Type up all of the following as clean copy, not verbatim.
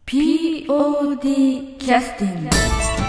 POD キャスティング。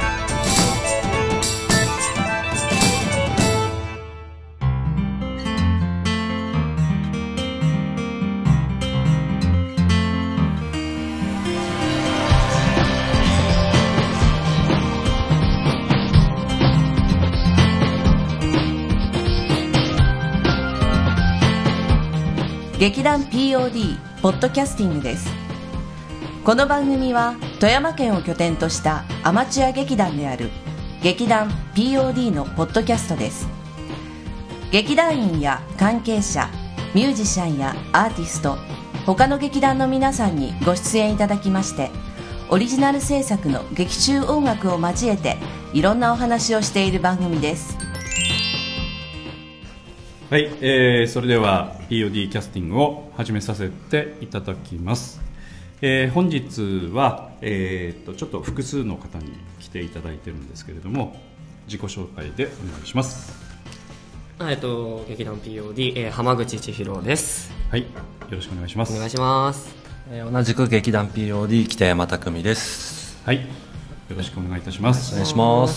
劇団 POD ポッドキャスティングです。この番組は富山県を拠点としたアマチュア劇団である劇団 POD のポッドキャストです。劇団員や関係者、ミュージシャンやアーティスト、他の劇団の皆さんにご出演いただきまして、オリジナル制作の劇中音楽を交えていろんなお話をしている番組です。 はい、それでは POD キャスティングを始めさせていただきます。本日は、ちょっと複数の方に来ていただいてるんですけれども、自己紹介でお願いします。 劇団 POD、浜口千尋です。 はい、よろしくお願いします。 お願いします。 同じく劇団 POD 北山匠です。 はい、よろしくお願いいたします。 お願いします。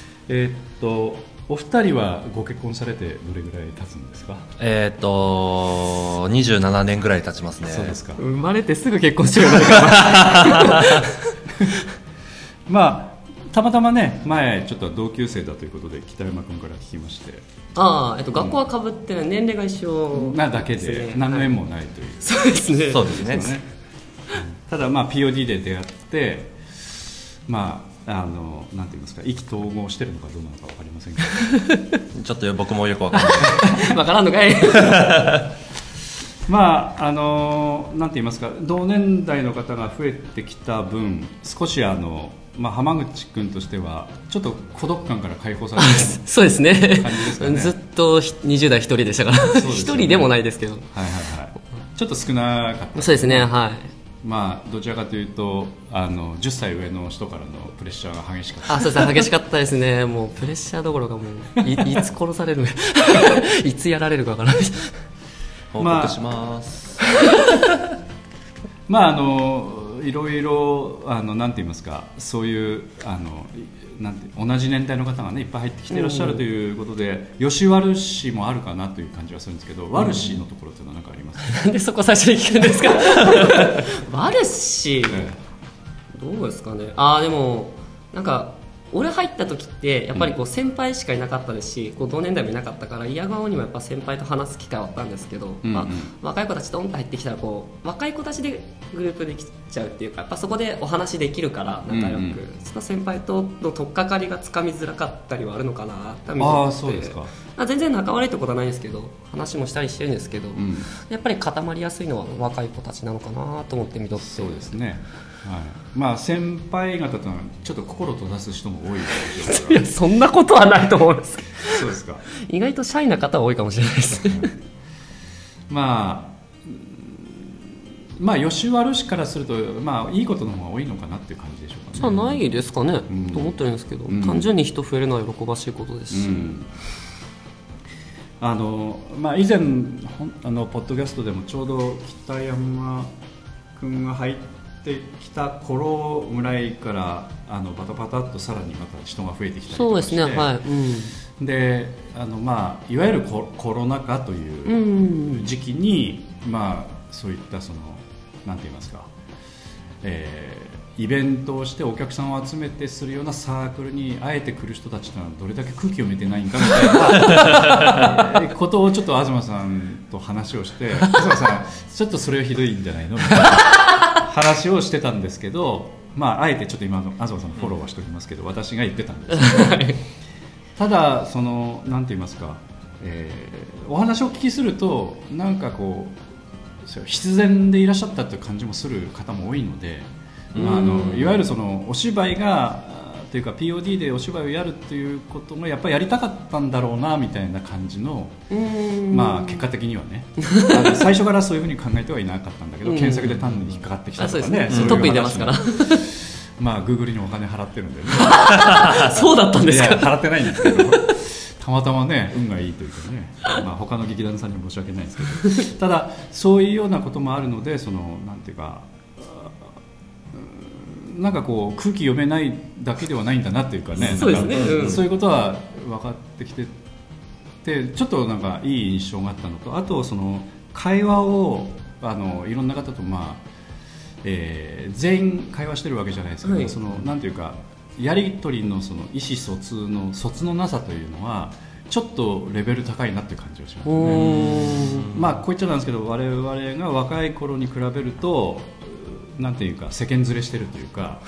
お二人はご結婚されてどれぐらい経つんですか ？27年ぐらい経ちますね。 そうですか。 生まれてすぐ結婚してるようなからまあたまたまね、前ちょっと同級生だということで北山君から聞きまして、 学校はかぶってない、年齢が一緒なだけで何の縁もないという、 そうですね。 そうですね。 ただまあ POD で出会って、まあなんて言いますか、意気投合してるのかどうなのか分かりませんけどちょっと僕もよく分からない分からんのかいまあなんて言いますか、同年代の方が増えてきた分、少し浜口君としてはちょっと孤独感から解放されてるそうですね。 感じですかね。 ずっと20代一人でしたから一人でもないですけど、 はいはいはい、ちょっと少なかった。 そうですね、はい。 まあどちらかというと10歳上の人からのプレッシャーが激しかった。 そうですね、激しかったですね。もうプレッシャーどころか、もう いつ殺されるいつやられるかわからない報告します。 まあいろいろなんて言いますか、そういうなんて同じ年代の方がねいっぱい入ってきていらっしゃるということで、吉原市もあるかなという感じはするんですけど、ワル市のところっていうのは何かありますか？ なんでそこ最初に聞くんですか？ワル市、どうですかね。でもなんか俺入った時ってやっぱり先輩しかいなかったですし、同年代もいなかったから、嫌顔にもやっぱ先輩と話す機会はあったんですけど、若い子たちドンと入ってきたら若い子たちでグループできちゃうっていうか、やっぱそこでお話できるから仲良く、その先輩との取っかかりがつかみづらかったりはあるのかなと思って。 そうですか。全然仲悪いってことはないんですけど、話もしたりしてるんですけど、やっぱり固まりやすいのは若い子たちなのかなと思って見とって。 そうですね。はい、まあ先輩方というのはちょっと心閉ざす人も多いでしょうから。 いや、そんなことはないと思うんですけど。 そうですか。 意外とシャイな方は多いかもしれないですね。 まあ吉原市からすると、いいことの方が多いのかなっていう感じでしょうかね。 じゃないですかね、と思ってるんですけど、単純に人増えるのは喜ばしいことですし、以前ポッドキャストでもちょうど北山君が入ってきた頃ぐらいからバタバタっとさらにまた人が増えてきたりとかして、 そうですね、はい。 でいわゆるコロナ禍という時期に、そういったなんて言いますか、イベントをしてお客さんを集めてするようなサークルにあえて来る人たちというのはどれだけ空気を見てないんかみたいなことをちょっと東さんと話をして、東さんちょっとそれはひどいんじゃないのみたいな話をしてたんですけど、あえてちょっと今の東さんのフォローはしておきますけど、私が言ってたんですけどただなんて言いますか、お話をお聞きするとなんか必然でいらっしゃったという感じもする方も多いので、いわゆるお芝居がというか POD でお芝居をやるということもやっぱりやりたかったんだろうなみたいな感じの、結果的にはね最初からそういうふうに考えてはいなかったんだけど、検索で単に引っかかってきたとかね、 トップに出ますから Google にお金払ってるんでねそうだったんですか。 いや払ってないんですけどたまたまね運がいいというかね、他の劇団さんに申し訳ないですけどただそういうようなこともあるので、なんていうかなんかこう空気読めないだけではないんだなっていうかね、 そうですね、 そういうことは分かってきてて、ちょっとなんかいい印象があったのと、あとその会話をいろんな方と全員会話してるわけじゃないですけど、そのなんていうかやり取りのその意思疎通のなさというのはちょっとレベル高いなっていう感じがしますね。まあこう言っちゃなんですけど、我々が若い頃に比べるとなんていうか世間ずれしてるというか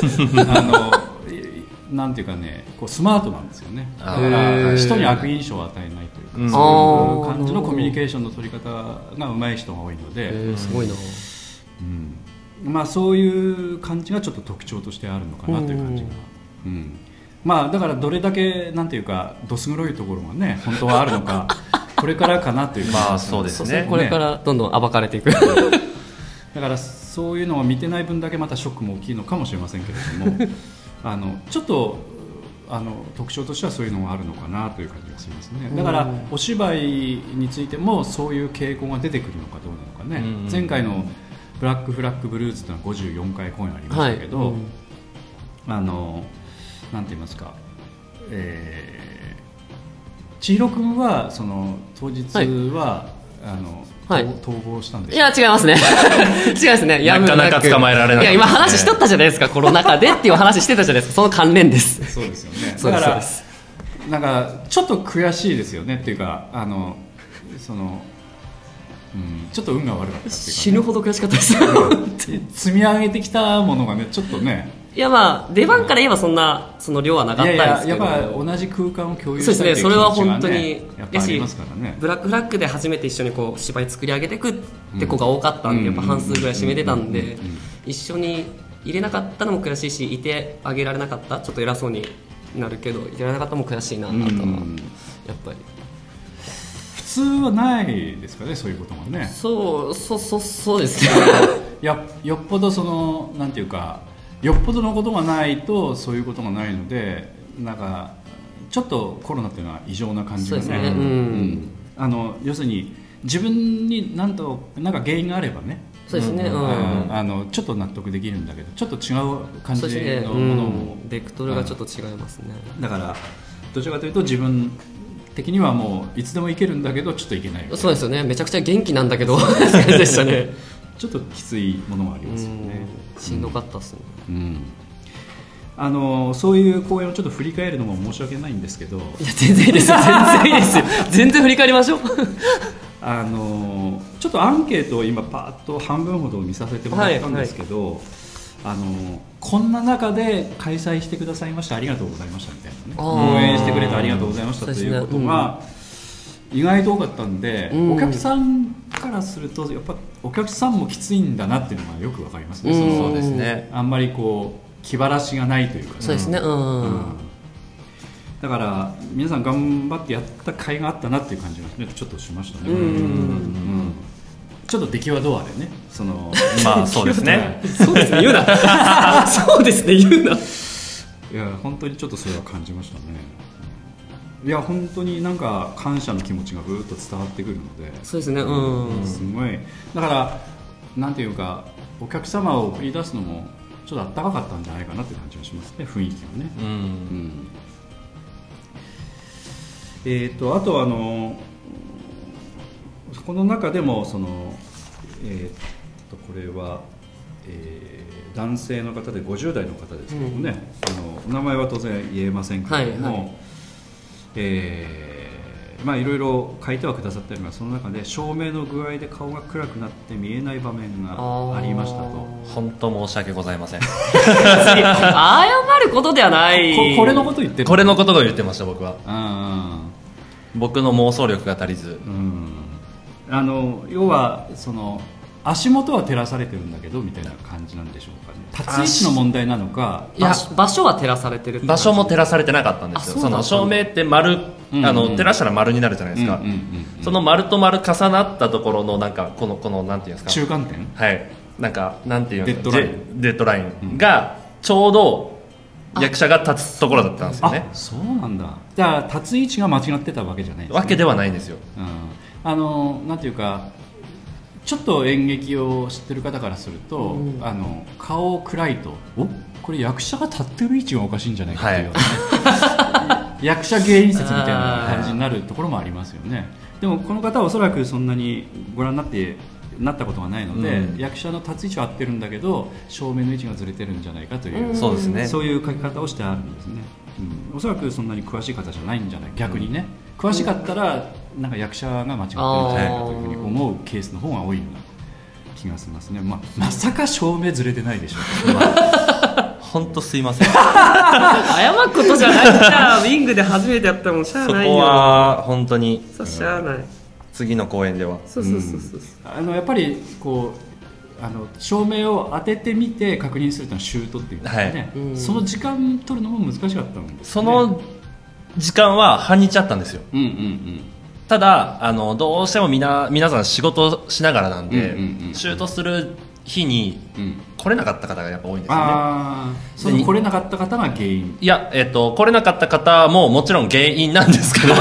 なんていうかね、こうスマートなんですよね。だから人に悪印象を与えないというか、そういう感じのコミュニケーションの取り方が上手い人が多いので、 すごいな。 まあそういう感じがちょっと特徴としてあるのかなという感じが。まあだからどれだけなんていうかどす黒いところがね本当はあるのかこれからかなという。 まあそうですね。 これからどんどん暴かれていく。 だからそういうのを見てない分だけまたショックも大きいのかもしれませんけれどもちょっと特徴としてはそういうのがあるのかなという感じがしますね。だからお芝居についてもそういう傾向が出てくるのかどうなのかね。前回のブラックフラッグブルーズというのは54回公演ありましたけど、なんて言いますか、千尋君はその当日は、逃亡したんです。 いや違いますね違いますね。 なかなか捕まえられない。 いや今話しとったじゃないですか、コロナ禍でっていう話してたじゃないですか。その関連です。 そうですよね。だからなんかちょっと悔しいですよねっていうかそのちょっと運が悪かったっていうか、 死ぬほど悔しかったです積み上げてきたものがねちょっとね。 いやまあ出番から言えばその量はなかったんですけど、 やっぱ同じ空間を共有そうですね、それは本当にやっぱありますからね。 ブラックフラッグで初めて一緒にこう芝居作り上げていくって子が多かったんで、やっぱ半数ぐらい占めてたんで、一緒に入れなかったのも悔しいし、いてあげられなかった、ちょっと偉そうになるけどいてられなかったのも悔しいなとはやっぱり。 普通はないですかね、そういうこともね。 そうですねよっぽどそのなんていうか、よっぽどのことがないとそういうことがないので、なんかちょっとコロナっていうのは異常な感じがね。要するに自分になんか原因があればね、 そうですね、 ちょっと納得できるんだけど、ちょっと違う感じのものも、 ベクトルがちょっと違いますね。 だからどちらかというと自分的にはもういつでもいけるんだけどちょっといけない。 そうですよね、めちゃくちゃ元気なんだけどでしたねちょっときついものがありますよね。 しんどかったっすね。 そういう公演をちょっと振り返るのも申し訳ないんですけど、 いや全然いいですよ、全然いいですよ全然振り返りましょうちょっとアンケートを今パーッと半分ほど見させてもらったんですけど、こんな中で開催してくださいましてありがとうございましたみたいなね、応援してくれてありがとうございましたということが意外と多かったんで、お客さんからするとやっぱお客さんもきついんだなっていうのがよくわかりますね。 そうですね。 あんまりこう気晴らしがないというか、 そうですね。 だから皆さん頑張ってやった甲斐があったなっていう感じがちょっとしましたね。ちょっと出来はどうあれね、 まあそうですねそうですね言うなそうですね言うな。 いや本当にちょっとそれは感じましたね。いや本当になんか感謝の気持ちがぐーっと伝わってくるので、 そうですね、 すごい。だからなんていうかお客様を送り出すのもちょっとあったかかったんじゃないかなって感じがしますね、雰囲気がね。あとこの中でもこれは、男性の方で50代の方ですけどもね、お名前は当然言えませんけれども、いろいろ書いてはくださってるのが、その中で照明の具合で顔が暗くなって見えない場面がありましたと。 本当申し訳ございません謝ることではないこれのこと言ってる、 これのことを言ってました。僕は僕の妄想力が足りず、 要は足元は照らされてるんだけどみたいな感じなんでしょうかね。立ち位置の問題なのか。 いや場所は照らされてる。 場所も照らされてなかったんですよ。その照明って丸、照らしたら丸になるじゃないですか。その丸と丸重なったところのなんかこのなんていうんですか、 中間点、 なんかなんていうんですか、 デッドラインがちょうど役者が立つところだったんですよね。 そうなんだ。だから立つ位置が間違ってたわけじゃないですね。 わけではないんですよ。 なんていうかちょっと演劇を知ってる方からすると、顔暗いとこれ役者が立ってる位置がおかしいんじゃないかというような、ね役者芸員説みたいな感じになるところもありますよね。でもこの方はおそらくそんなにご覧になったことがないので、役者の立つ位置は合ってるんだけど照明の位置がずれてるんじゃないかという、 そうですね、 そういう書き方をしてあるんですね。おそらくそんなに詳しい方じゃないんじゃない、逆にね詳しかったらなんか役者が間違ってるんじゃないかというふうに思うケースの方が多いような気がしますね。まさか照明ずれてないでしょう本当すいません謝ることじゃないじゃんウィングで初めてやったもんしゃあないよ。 そこは本当にしゃあない。 次の公演ではやっぱりこう照明を当ててみて確認するというのはシュートっていうんですかね、その時間取るのも難しかったんですね。 その時間は半日あったんですよ、ただどうしても皆さん仕事しながらなんで、シュートする日に来れなかった方がやっぱ多いんですよね。 その来れなかった方が原因？ いや、来れなかった方ももちろん原因なんですけど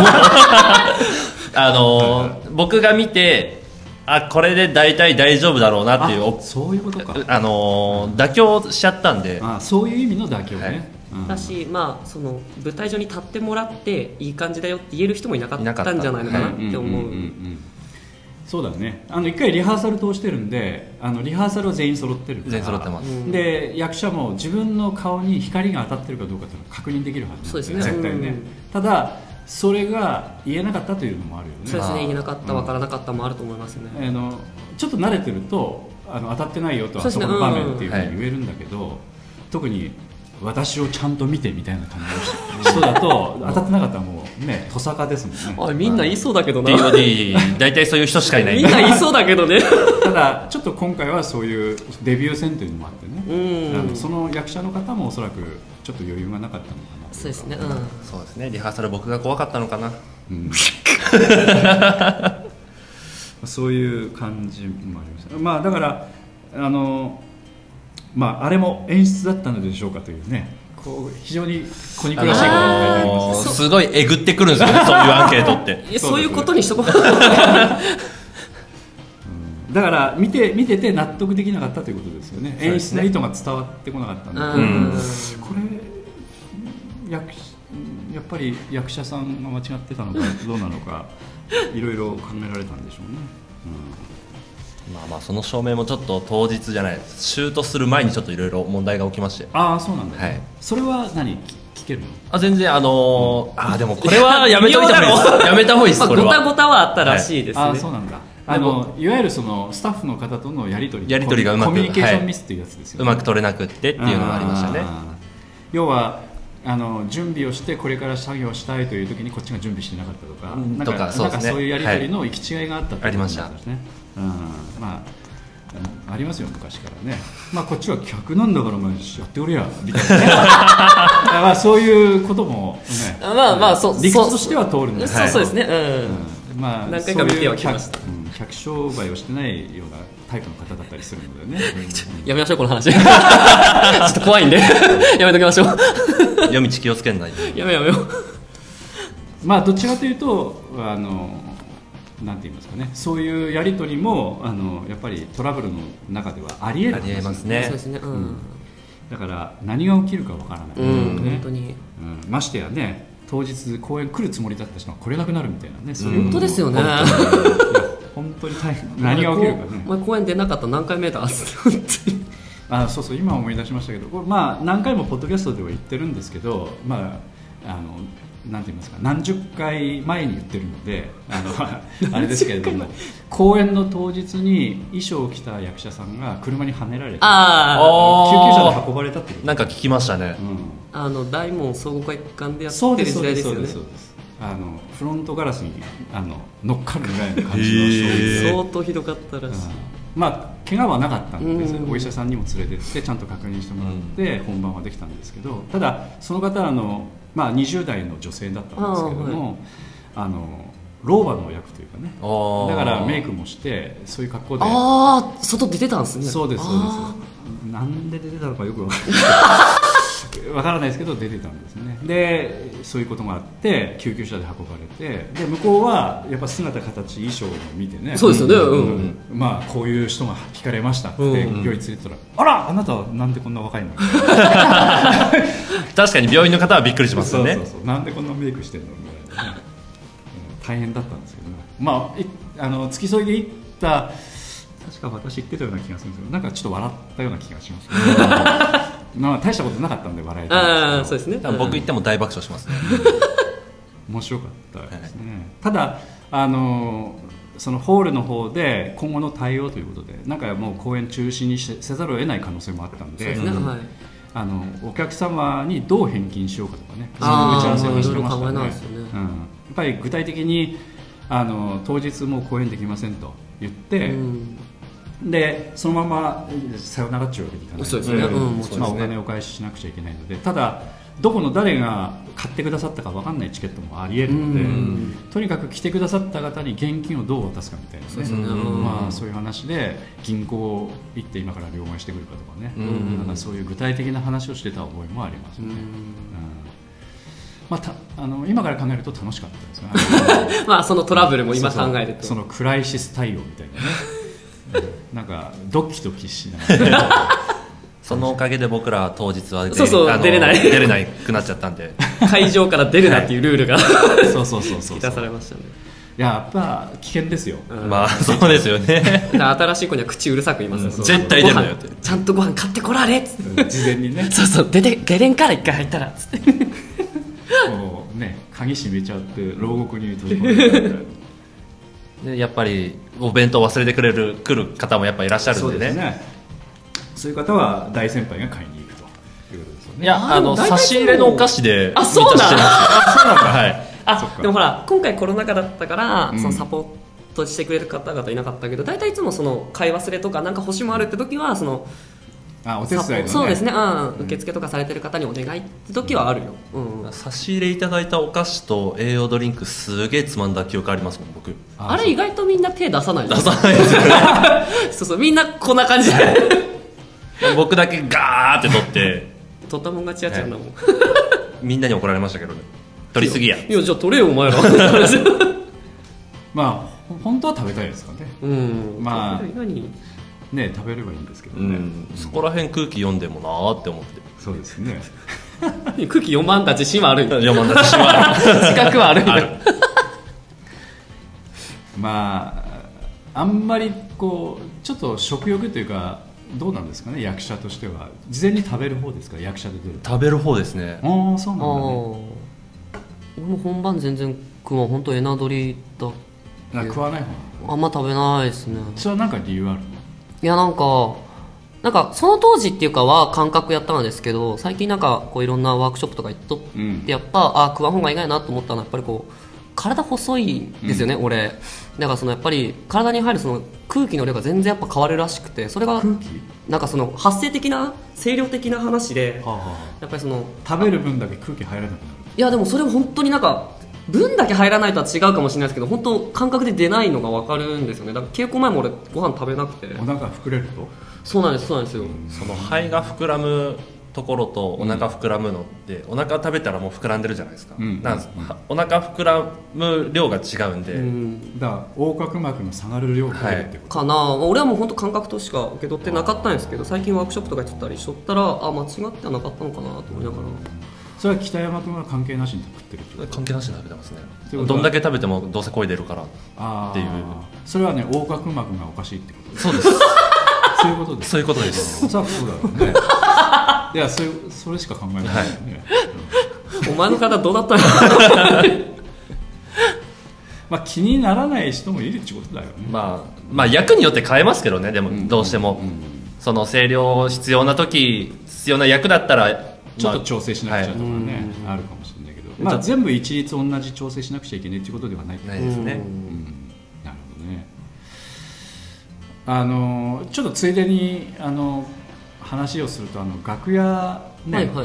僕が見てこれで大体大丈夫だろうなっていうそういうことか、 妥協しちゃったんで、 そういう意味の妥協ね、 だし、その舞台上に立ってもらっていい感じだよって言える人もいなかったんじゃないのかなって思う。 そうだね、一回リハーサル通してるんでリハーサルは全員揃ってるから、 全員揃ってます、 で役者も自分の顔に光が当たってるかどうかっていうのを確認できるはずなんですよ、絶対ね、ただそれが言えなかったというのもあるよね。 そうですね、言えなかった、分からなかったもあると思いますね。 ちょっと慣れてると当たってないよとあそこの場面っていうふうに言えるんだけど、特に私をちゃんと見てみたいな感じの人だと当たってなかったらもうね、トサカですもんね。 みんな言いそうだけどな。 DOD 大体そういう人しかいないみんな言いそうだけどねただちょっと今回はそういうデビュー戦というのもあってね、その役者の方もおそらくちょっと余裕がなかったのかな。 そうですね、 そうですね、リハーサル僕が怖かったのかな、 そういう感じもありました。だからあれも演出だったのでしょうかというね、こう非常に小憎らしいことが書いてあります。 すごいえぐってくるんですよねそういうアンケートってそういうことにしとこうだから見てて納得できなかったということですよね。演出の意図が伝わってこなかったので、これやっぱり役者さんが間違ってたのかどうなのかいろいろ考えられたんでしょうね。 その照明もちょっと当日じゃない、シュートする前にちょっといろいろ問題が起きまして。 そうなんだ、ね、それは聞けるの？ 全然でもこれはやめた方がいいですやめた方がいいです。これはごたごたはあったらしいですね。 そうなんだ。いわゆるそのスタッフの方とのやり取りがうまく、 コミュニケーションミスっていうやつですよね、 うまく取れなくってっていうのがありましたね。 要は準備をしてこれから作業したいという時にこっちが準備してなかったとか、なんかそういうやり取りの行き違いがあったってことですね。ありました。ありますよ昔からね。こっちは客なんだからやっておれやみたいなねそういうこともね、理屈としては通るんです。 そうですね。 何回か見てはきました。 客商売をしてないようなタイプの方だったりするのでねやめましょうこの話ちょっと怖いんでやめときましょう夜道気をつけんないやめようどっちかというとなんて言いますかね、そういうやり取りもやっぱりトラブルの中ではありえますね。 そうですね、 だから何が起きるかわからない、 本当に、 ましてやね、当日公演来るつもりだった人が来れなくなるみたいなね、そういう本当ですよね。 本当に大変、何が起きるかね。 お前公演出なかったら何回目だそう今思い出しましたけど、何回もポッドキャストでは言ってるんですけど、なんて言いますか、何十回前に言ってるのであれですけれども公演の当日に衣装を着た役者さんが車にはねられて救急車で運ばれたっていう、 なんか聞きましたね、 大門総合会館でやってる時代ですよね。 そうです、フロントガラスに乗っかるぐらいの感じの相当ひどかったらしい。 怪我はなかったんです、お医者さんにも連れてってちゃんと確認してもらって本番はできたんですけど、ただその方20代の女性だったんですけども、老婆の役というかね、だからメイクもしてそういう格好で外出てたんですね。 そうですなんで出てたのかよく分かんないわからないですけど出てたんですね。でそういうことがあって救急車で運ばれて、で向こうはやっぱ姿形衣装を見てね、 そうですよね、 まあこういう人が引かれましたって病院連れてたら、あらあなたはなんでこんな若いの確かに病院の方はびっくりしますよね。 そうなんでこんなメイクしてんのみたいなね、大変だったんですけど、ね、まあ付き添いで行った確か私言ってたような気がするんですけど、なんかちょっと笑ったような気がしますけどまあ大したことなかったんで笑えたんですけど、 そうですね、 僕行っても大爆笑しますね面白かったですね、ただそのホールの方で今後の対応ということでなんかもう公演中止にせざるを得ない可能性もあったんで、お客様にどう返金しようかとかね、そういう打ち合わせをしてましたね。やっぱり具体的に当日もう公演できませんと言って、でそのままさよならっちゅうわけにいかないので、お金をお返ししなくちゃいけないので、ただどこの誰が買ってくださったか分かんないチケットもありえるので、とにかく来てくださった方に現金をどう渡すかみたいなね、まあ、そういう話で銀行行って今から両替してくるかとかね、なんかそういう具体的な話をしてた覚えもありますね。まあ、今から考えると楽しかったですねまあそのトラブルも今考えるとそのクライシス対応みたいなねなんかドキドキしながらそのおかげで僕ら当日は出れないくなっちゃったんで会場から出るなっていうルールがそう引き出されましたね。 やっぱ危険ですよ、 まあそうですよね新しい子には口うるさく言いますよ、 絶対出るなよって、 ちゃんとご飯買ってこられっつって事前にね出れんから一回入ったらっつってもうね鍵閉めちゃって牢獄に閉じ込めてでやっぱりお弁当忘れて来る方もやっぱいらっしゃるんでね、 そういう方は大先輩が買いに行くということですよね。 いや差し入れのお菓子でそうなんだはいでもほら今回コロナ禍だったから、そのサポートしてくれる方々いなかったけど、大体いつもその買い忘れとかなんか欲しもあるって時はそのお手伝いのね、 そうですね、受付とかされてる方にお願いって時はあるよ、 差し入れいただいたお菓子と栄養ドリンクすげえつまんだ記憶ありますもん僕。 あれ意外とみんな手出さないですよねそうみんなこんな感じで僕だけガーって取って取ったもん勝ちやっちゃうんだもん、 みんなに怒られましたけどね、取りすぎや、 いやじゃあ取れよお前らまあ本当は食べたいですかね、まあね食べればいいんですけどね、 そこら辺空気読んでもなーって思って。 そうですね空気読まんだ自信はある読まんだ自信はある自覚はあるまああんまりこうちょっと食欲というかどうなんですかね、役者としては事前に食べる方ですか、役者で出る。 食べる方ですね。 ああそうなんだね。 俺も本番全然食わん、本当エナドリだ食わない方。 あんま食べないですね。 それは何か理由あるの？ いやなんかその当時っていうかは感覚やったんですけど、最近なんかこういろんなワークショップとか行っとってやっぱ、食わん方がいいかなと思ったのはやっぱりこう体細いんですよね、俺だからそのやっぱり体に入るその空気の量が全然やっぱ変わるらしくて、それがなんかその発生的な声量的な話で、やっぱりその食べる分だけ空気入らなくなる。 いやでもそれも本当になんか分だけ入らないとは違うかもしれないですけど、本当感覚で出ないのが分かるんですよね。だから稽古前も俺ご飯食べなくて。 お腹膨れると？ そうなんですそうなんですよ。 その肺が膨らむところとお腹膨らむのって、お腹食べたらもう膨らんでるじゃないですか、お腹膨らむ量が違うんで、 だから横隔膜の下がる量が増えるってこと、 かな。俺はもう本当感覚としか受け取ってなかったんですけど、最近ワークショップとかやってたりしとったら間違ってはなかったのかなと思いながら。 それは北山君は関係なしに食ってるってこと？ 関係なしに食べてますね。どんだけ食べてもどうせ声出るからっていう。 それはね横隔膜がおかしいってこと？ そうですそういうことです。 そういうことです。 おそらくそうだろうね。いやそれしか考えないよね。 お前の方どうだったの？ まあ気にならない人もいるってことだよね。 まあ役によって変えますけどね。でもどうしても、その声量必要な時必要な役だったらちょっと調整しなくちゃとかね、あるかもしれないけど、まあ全部一律同じ調整しなくちゃいけないっていうことではないですね。 なるほどね。ちょっとついでに話をすると楽屋ね、こ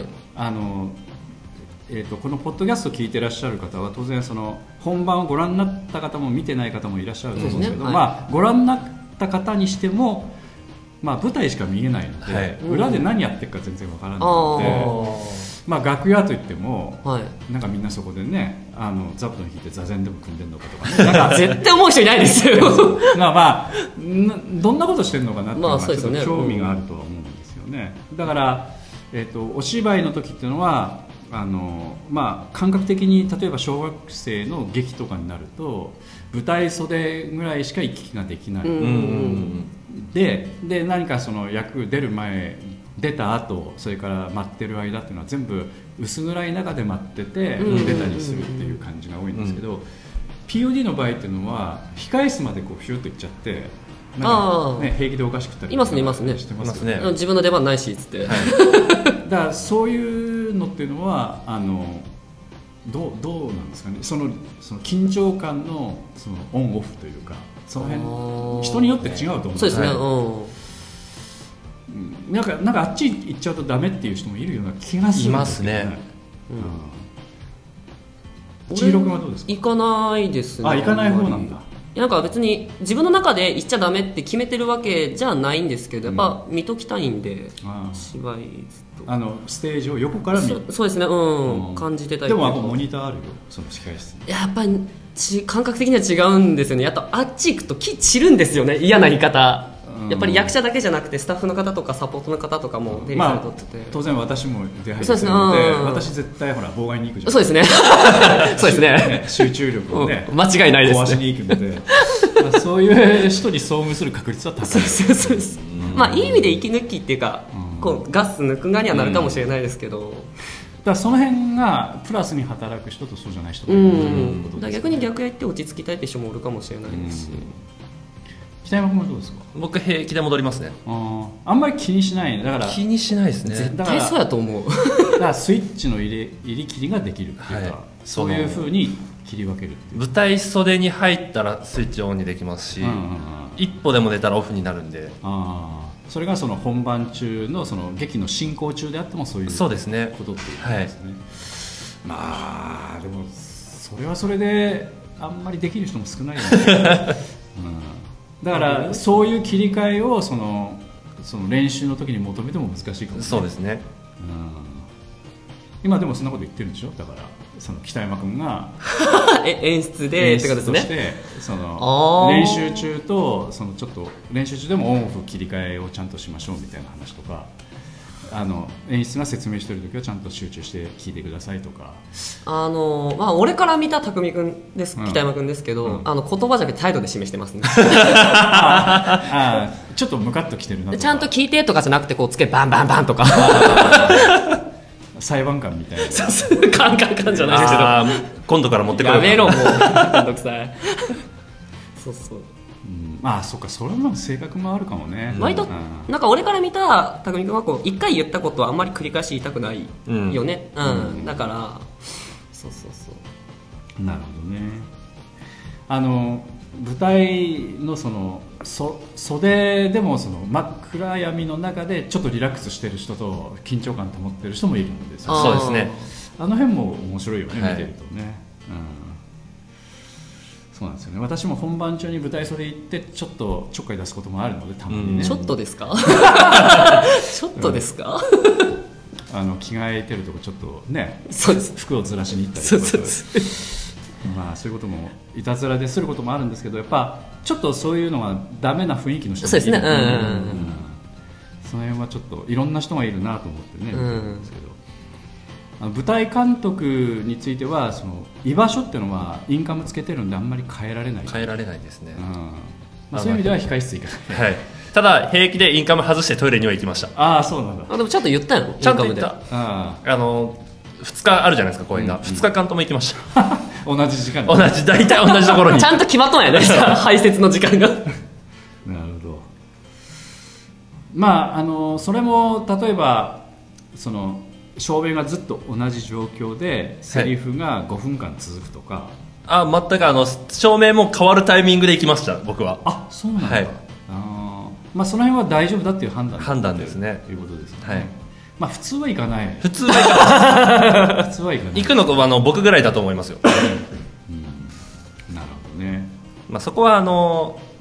のポッドキャスト聞いてらっしゃる方は当然その本番をご覧になった方も見てない方もいらっしゃると思うんですけど、ご覧になった方にしてもまあ、舞台しか見えないので、 はい、 裏で何やってるか全然わからないので、まあ、楽屋といっても、はい、なんかみんなそこでね座布団引いて座禅でも組んでるのかとかねなんか絶対思う人いないですよまあどんなことしてるのかなっていうのはちょっと興味があるとは思うんですよね。だから、お芝居の時っていうのはまあ、感覚的に例えば小学生の劇とかになると舞台袖ぐらいしか行き来ができない、で何かその役出る前出た後それから待ってる間っていうのは全部薄暗い中で待ってて出たりするっていう感じが多いんですけど、POD の場合っていうのは控室までこうヒューッと行っちゃってなんか、ね、平気でおかしくったりいますねしてますね。 自分の出番ないしっつって、はい、 だからそういうのっていうのはどうなんですかね、その緊張感のそのオンオフというかその辺人によって違うと思うんです。 そうですね、 なんかあっち行っちゃうとダメっていう人もいるような気がするんですけどね。いますね。千尋君はどうですか？ 行かないですね。 行かない方なんだ。 なんか別に自分の中で行っちゃダメって決めてるわけじゃないんですけど、やっぱ見ときたいんで、芝居ずっとステージを横から見る。 そうですね、感じてたり。 でもモニターあるよ、その控室に。 やっぱり感覚的には違うんですよね。あとあっち行くと気散るんですよね、嫌な言い方。やっぱり役者だけじゃなくてスタッフの方とかサポートの方とかも出入りされとってて、 当然私も出入りするので、私絶対ほら妨害に行くじゃん。 そうですねそうですね、 集中力をね、 間違いないですね、 壊しに行くのでそういう人に遭遇する確率は高い。 そうです。まあいい意味で息抜きっていうか、こうガス抜く側にはなるかもしれないですけど、 だからその辺がプラスに働く人とそうじゃない人がいるということですね。 逆に逆やって落ち着きたいって人もおるかもしれないですし。 北山君はどうですか？ 僕平気で戻りますね。 あんまり気にしない。だから気にしないですね。 絶対そうやと思うだからスイッチの入り切りができるっていうか、はい、そういう風に切り分けるっていう。 舞台袖に入ったらスイッチオンにできますし、一歩でも出たらオフになるんで、 それがその本番中のその劇の進行中であってもそういうことっていうことですね。はい、まあでもそれはそれであんまりできる人も少ないよねだからそういう切り替えをその練習の時に求めても難しいかもしれない。 そうですね、 今でもそんなこと言ってるんでしょ。だからその北山君が演出でってことですね。 演出としてその練習中とちょっと練習中でもオンオフ切り替えをちゃんとしましょうみたいな話とか、演出が説明してる時はちゃんと集中して聞いてくださいとか、 まあ、俺から見た匠君です、北山君ですけど、言葉じゃなくて態度で示してますねちょっとムカッときてるなとか、 ちゃんと聞いてとかじゃなくてこうつけバンバンバンとか裁判官みたいなカンカンカンじゃないですけど、 今度から持ってくる。 やめろもうめんどくさいそうそう、 まあそっか、それの性格もあるかもね。 割となんか俺から見た匠君はこう一回言ったことはあんまり繰り返し言いたくないよね、だからそうなるほどね。舞台の袖でも真っ暗闇の中でちょっとリラックスしてる人と緊張感保ってる人もいるんですよ。 そうですね。 あの辺も面白いよね、見てるとね。そうなんですよね。私も本番中に舞台袖行ってちょっとちょっかい出すこともあるので、たまにね。 ちょっとですかちょっとですか着替えてるとこちょっとね、 そうです、 服をずらしに行ったりとか、まあそういうこともいたずらですることもあるんですけど、やっぱちょっとそういうのがダメな雰囲気の人もいる。 そうですね、 その辺はちょっといろんな人がいるなと思ってね、見てるんですけど、舞台監督については居場所っていうのはインカムつけてるんであんまり変えられないですね、 そういう意味では控室行かない、 はい、ただ平気でインカム外してトイレには行きました。 ああ、そうなんだ。 でもちゃんと言ったよ、 ちゃんと言った。2日あるじゃないですか、公演が。2日間とも行きました同じ時間大体同じところにちゃんと決まっとんやね排泄の時間がなるほど。まあそれも例えば照明がずっと同じ状況でセリフが5分間続くとか、 全く照明も変わるタイミングで行きました、僕は。 あ、そうなんだ、まあ、その辺は大丈夫だっていう判断ですね。 ということですね、 はい。 まあ、普通は行かない。 普通は行かない普通は行かない。 行くのと僕ぐらいだと思いますよなるほどね。 まあ、そこは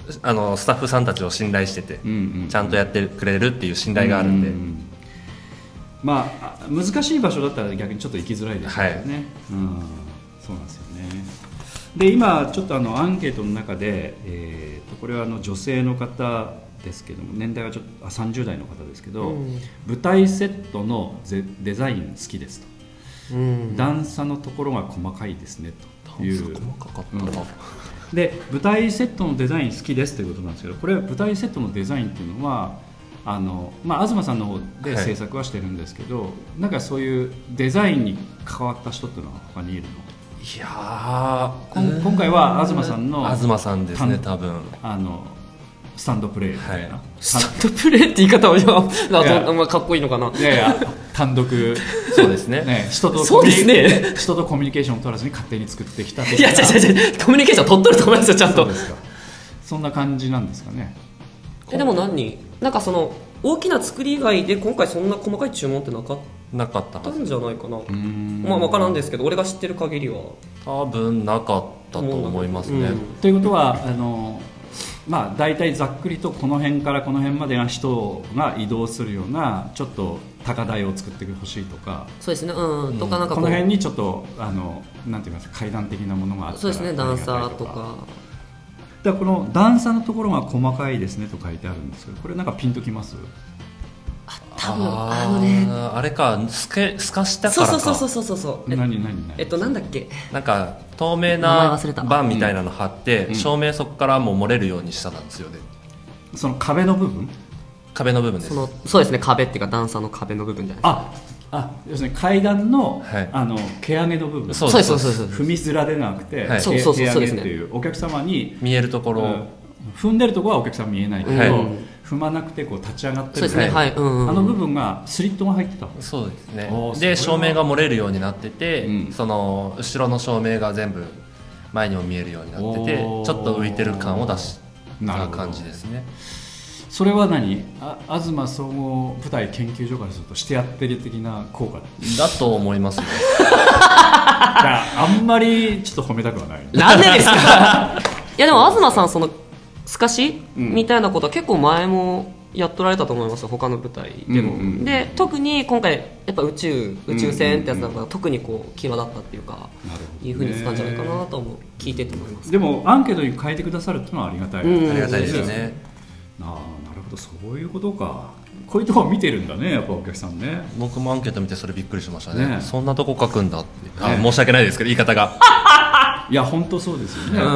スタッフさんたちを信頼してて、ちゃんとやってくれるっていう信頼があるんで、 まあ難しい場所だったら逆にちょっと行きづらいですよね、はい、そうなんですよね。で今ちょっとアンケートの中で、これは女性の方ですけども、年代はちょっと30代の方ですけど、舞台セットのデザイン好きですと、段差のところが細かいですねという。細かかったな、で舞台セットのデザイン好きですということなんですけど、これは舞台セットのデザインっていうのは東さんの方で制作はしてるんですけど、はい、なんかそういうデザインに関わった人っていうのは他にいるの？ いや今回は東さんの東さんですね、多分スタンドプレーみたいな、 スタンドプレーって言い方はあんまかっこいいのかな。 いやいや単独そうですね、 人とコミュニケーションを取らずに勝手に作ってきた。 いや違うコミュニケーション取っとると思いますよ、ちゃんと。 そうですか。そんな感じなんですかね。 でもなんかその大きな作り以外で今回そんな細かい注文ってなかったんじゃないかな。まあ分からんですけど、俺が知ってる限りは多分なかったと思いますね。 ということはまあ大体ざっくりとこの辺からこの辺までの人が移動するようなちょっと高台を作ってほしいとか。 そうですね、とかなんかこの辺にちょっとなんて言いますか、階段的なものがあったら。 そうですね、段差とか。 だからこの段差のところが細かいですねと書いてあるんですけど、これなんかピンときます？ 多分あれか、透かしたからか。 そう何なんだっけ、 なんか透明な板みたいなの貼って、照明そこからも漏れるようにしたんですよね。 その壁の部分です。 そうですね、壁っていうか段差の壁の部分じゃないですか。 要するに階段の、 はい、 毛上げの部分。 そう踏み面でなくて、 はい、 毛上げっていうお客様に見えるところ、 踏んでるところはお客様見えないけど、踏まなくてこう立ち上がってる、ね、はい、部分がスリットが入ってた。 そうですね。で照明が漏れるようになってて、その後ろの照明が全部前にも見えるようになってて、ちょっと浮いてる感を出した感じですね。 それは東総合舞台研究所からするとしてやってる的な効果だと思いますね。 あんまりちょっと褒めたくはない。 なんでですか？いやでも東さんその透かしみたいなことは結構前もやっとられたと思いますよ、他の舞台でも。で特に今回やっぱ宇宙船ってやつだから特にこう際立ったっていうか、いうふうに使うんじゃないかなと聞いてて思います。 でもアンケートに変えてくださるっていうのはありがたい、 ありがたいですよね。 なるほど、そういうことか。こういうところ見てるんだね、やっぱお客さんね。 僕もアンケート見てそれびっくりしましたね。そんなとこ書くんだって。申し訳ないですけど言い方が。 いや本当そうですよね。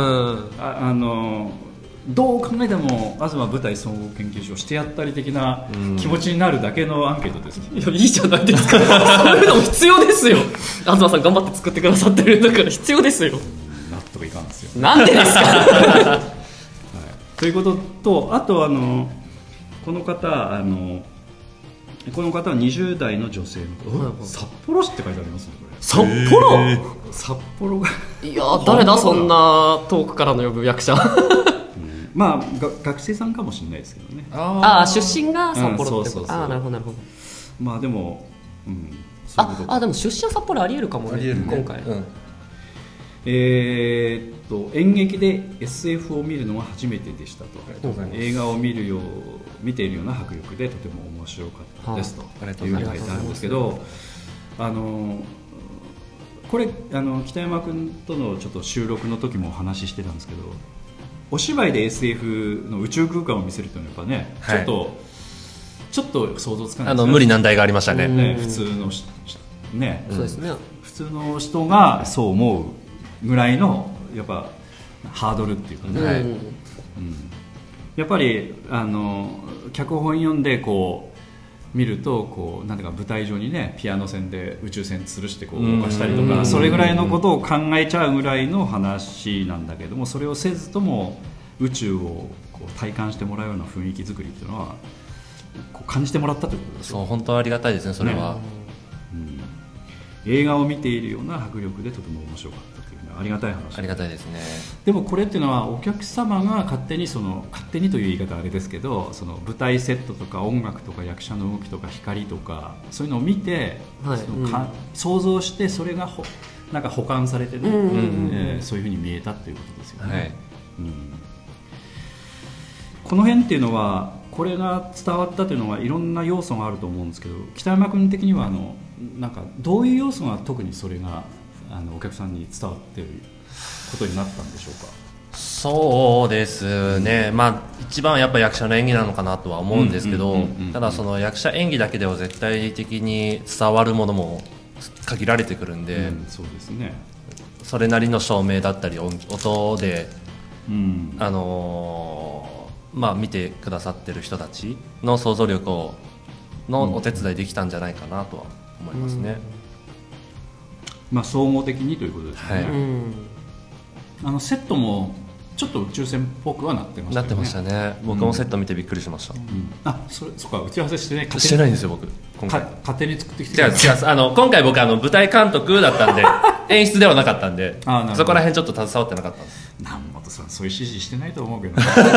どう考えても東舞台総合研究所してやったり的な気持ちになるだけのアンケートです。 いやいいじゃないですか。そういうのも必要ですよ。東さん頑張って作ってくださってるんだから必要ですよ。 納得いかんですよ。 なんでですか。はい、 ということと、あとこの方は20代の女性の札幌市って書いてありますね。これ札幌がいや誰だそんな遠くからの呼ぶ役者。 まあ学生さんかもしれないですけどね。 出身が札幌ってこと。なるほどなるほど。 まあでも、 でも出身は札幌ありえるかもね、今回。 演劇で SF を見るのは初めてでしたと。映画を見ているような迫力でとても面白かったですというふうに書いてあるんですけど、これ北山君とのちょっと収録の時もお話ししてたんですけど、お芝居で SF の宇宙空間を見せるというのはやっぱね、ちょっと想像つかないですね。 無理難題がありましたね。 普通のね、 そうですね。 普通の人がそう思うぐらいのやっぱハードルっていうかね、やっぱり脚本読んでこう見るとこうなんていうか舞台上にねピアノ線で宇宙船吊るしてこう動かしたりとか、それぐらいのことを考えちゃうぐらいの話なんだけども、それをせずとも宇宙をこう体感してもらうような雰囲気作りっていうのはこう感じてもらったということですよ。 そう本当はありがたいですね、それは。 映画を見ているような迫力でとても面白かったというのはありがたい話。 ありがたいですね。 でもこれっていうのはお客様が勝手にという言い方はあれですけど、その舞台セットとか音楽とか役者の動きとか光とかそういうのを見て、想像してそれがなんか保管されてね、そういうふうに見えたということですよね。 この辺っていうのはこれが伝わったというのはいろんな要素があると思うんですけど、北山君的にはなんかどういう要素が特にそれがお客さんに伝わっていることになったんでしょうか。 そうですね、一番はやっぱ役者の演技なのかなとは思うんですけど、ただその役者演技だけでは絶対的に伝わるものも限られてくるんで、 そうですね、 それなりの照明だったり音で、見てくださってる人たちの想像力のお手伝いできたんじゃないかなとは思いますね。 総合的にということですね。セットもちょっと宇宙船っぽくはなってましたよね。 なってましたね。僕もセット見てびっくりしました。 そっか、打ち合わせしてないんですよ僕。今回勝手に作ってきて。 違う今回僕舞台監督だったんで演出ではなかったんで、そこら辺ちょっと携わってなかったんです。 南本さんそういう指示してないと思うけど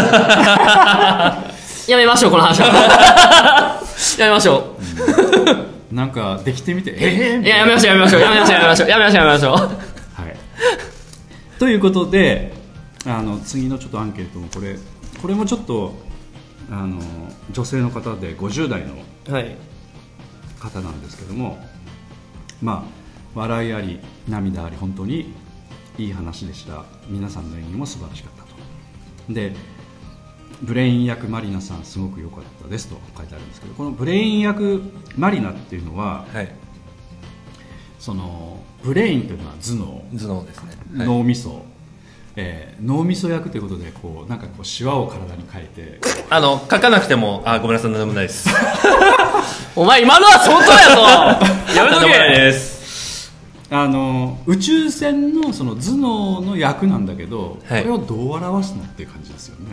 やめましょうこの話はやめましょう、なんかできてみていややめましょうはいということで次のちょっとアンケートもこれもちょっと女性の方で50代の方なんですけども、笑いあり涙あり本当にいい話でした。皆さんの演技も素晴らしかったと。でブレイン役マリナさんすごく良かったですと書いてあるんですけど、このブレイン役マリナっていうのは、そのブレインというのは頭脳ですね、 脳みそ、脳みそ役ということでなんかシワを体に変えて書かなくてもごめんなさい、何でもないですお前今のは相当やぞやめとけです宇宙船のその頭脳の役なんだけど、これをどう表すのっていう感じですよね。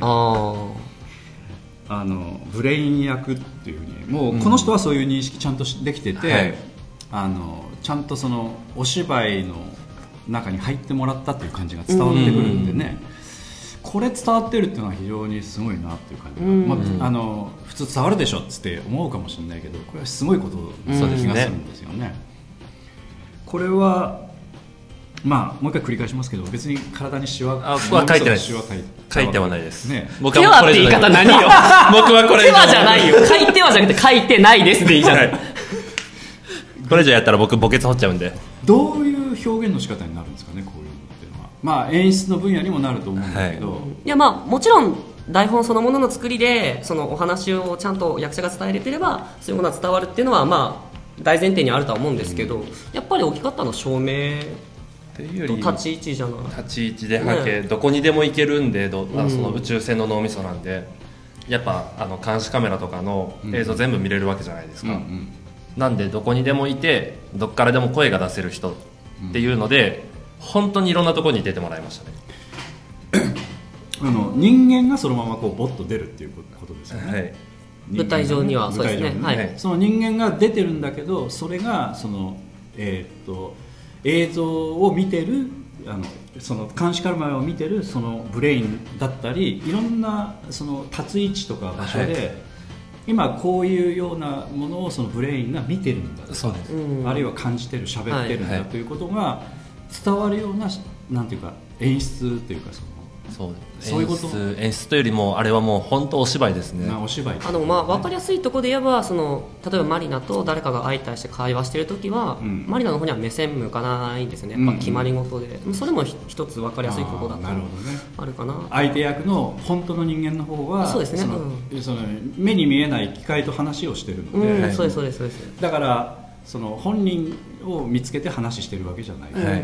ブレイン役っていうふうにもうこの人はそういう認識ちゃんとできてて、ちゃんとそのお芝居の中に入ってもらったっていう感じが伝わってくるんでね、これ伝わってるっていうのは非常にすごいなっていう感じが、普通伝わるでしょっつって思うかもしれないけど、これはすごいことな気がするんですよね。これはもう一回繰り返しますけど、別に体にシワは書いてないです。書いてはないですね。 手話って言い方何よ僕はこれ手話じゃないよ、書いてはじゃなくて書いてないですでいいじゃない、 これ以上やったら僕墓穴掘っちゃうんで。 どういう表現の仕方になるんですかね、こういうのっていうのは。演出の分野にもなると思うんだけど、 いやもちろん台本そのものの作りでそのお話をちゃんと役者が伝えれてればそういうものが伝わるっていうのは大前提にあるとは思うんですけど、やっぱり大きかったのは照明と立ち位置じゃない。 立ち位置で波形、どこにでも行けるんでその宇宙船の脳みそなんで、やっぱ監視カメラとかの映像全部見れるわけじゃないですか、なんでどこにでもいてどっからでも声が出せる人っていうので、本当にいろんなところに出てもらいましたね人間がそのままボッと出るっていうことですよね、 舞台上にはそうですね、 その人間が出てるんだけど、それがその、映像を見てるその監視カメラを見てるそのブレインだったり、いろんなその立つ位置とか場所で、今こういうようなものをそのブレインが見てるんだとか、あるいは感じてる、喋ってるんだということが伝わるような、なんていうか演出というかそういうこと。 演出というよりもあれはもう本当お芝居ですね。 お芝居分かりやすいところで言えば例えばマリナと誰かが相対して会話してるときは、マリナの方には目線向かないんですよね。やっぱ決まり事で、それも一つ分かりやすいところだとあるかな。 相手役の本当の人間の方はそうですね、 その目に見えない機械と話をしてるので、 そうですだからその本人を見つけて話してるわけじゃない、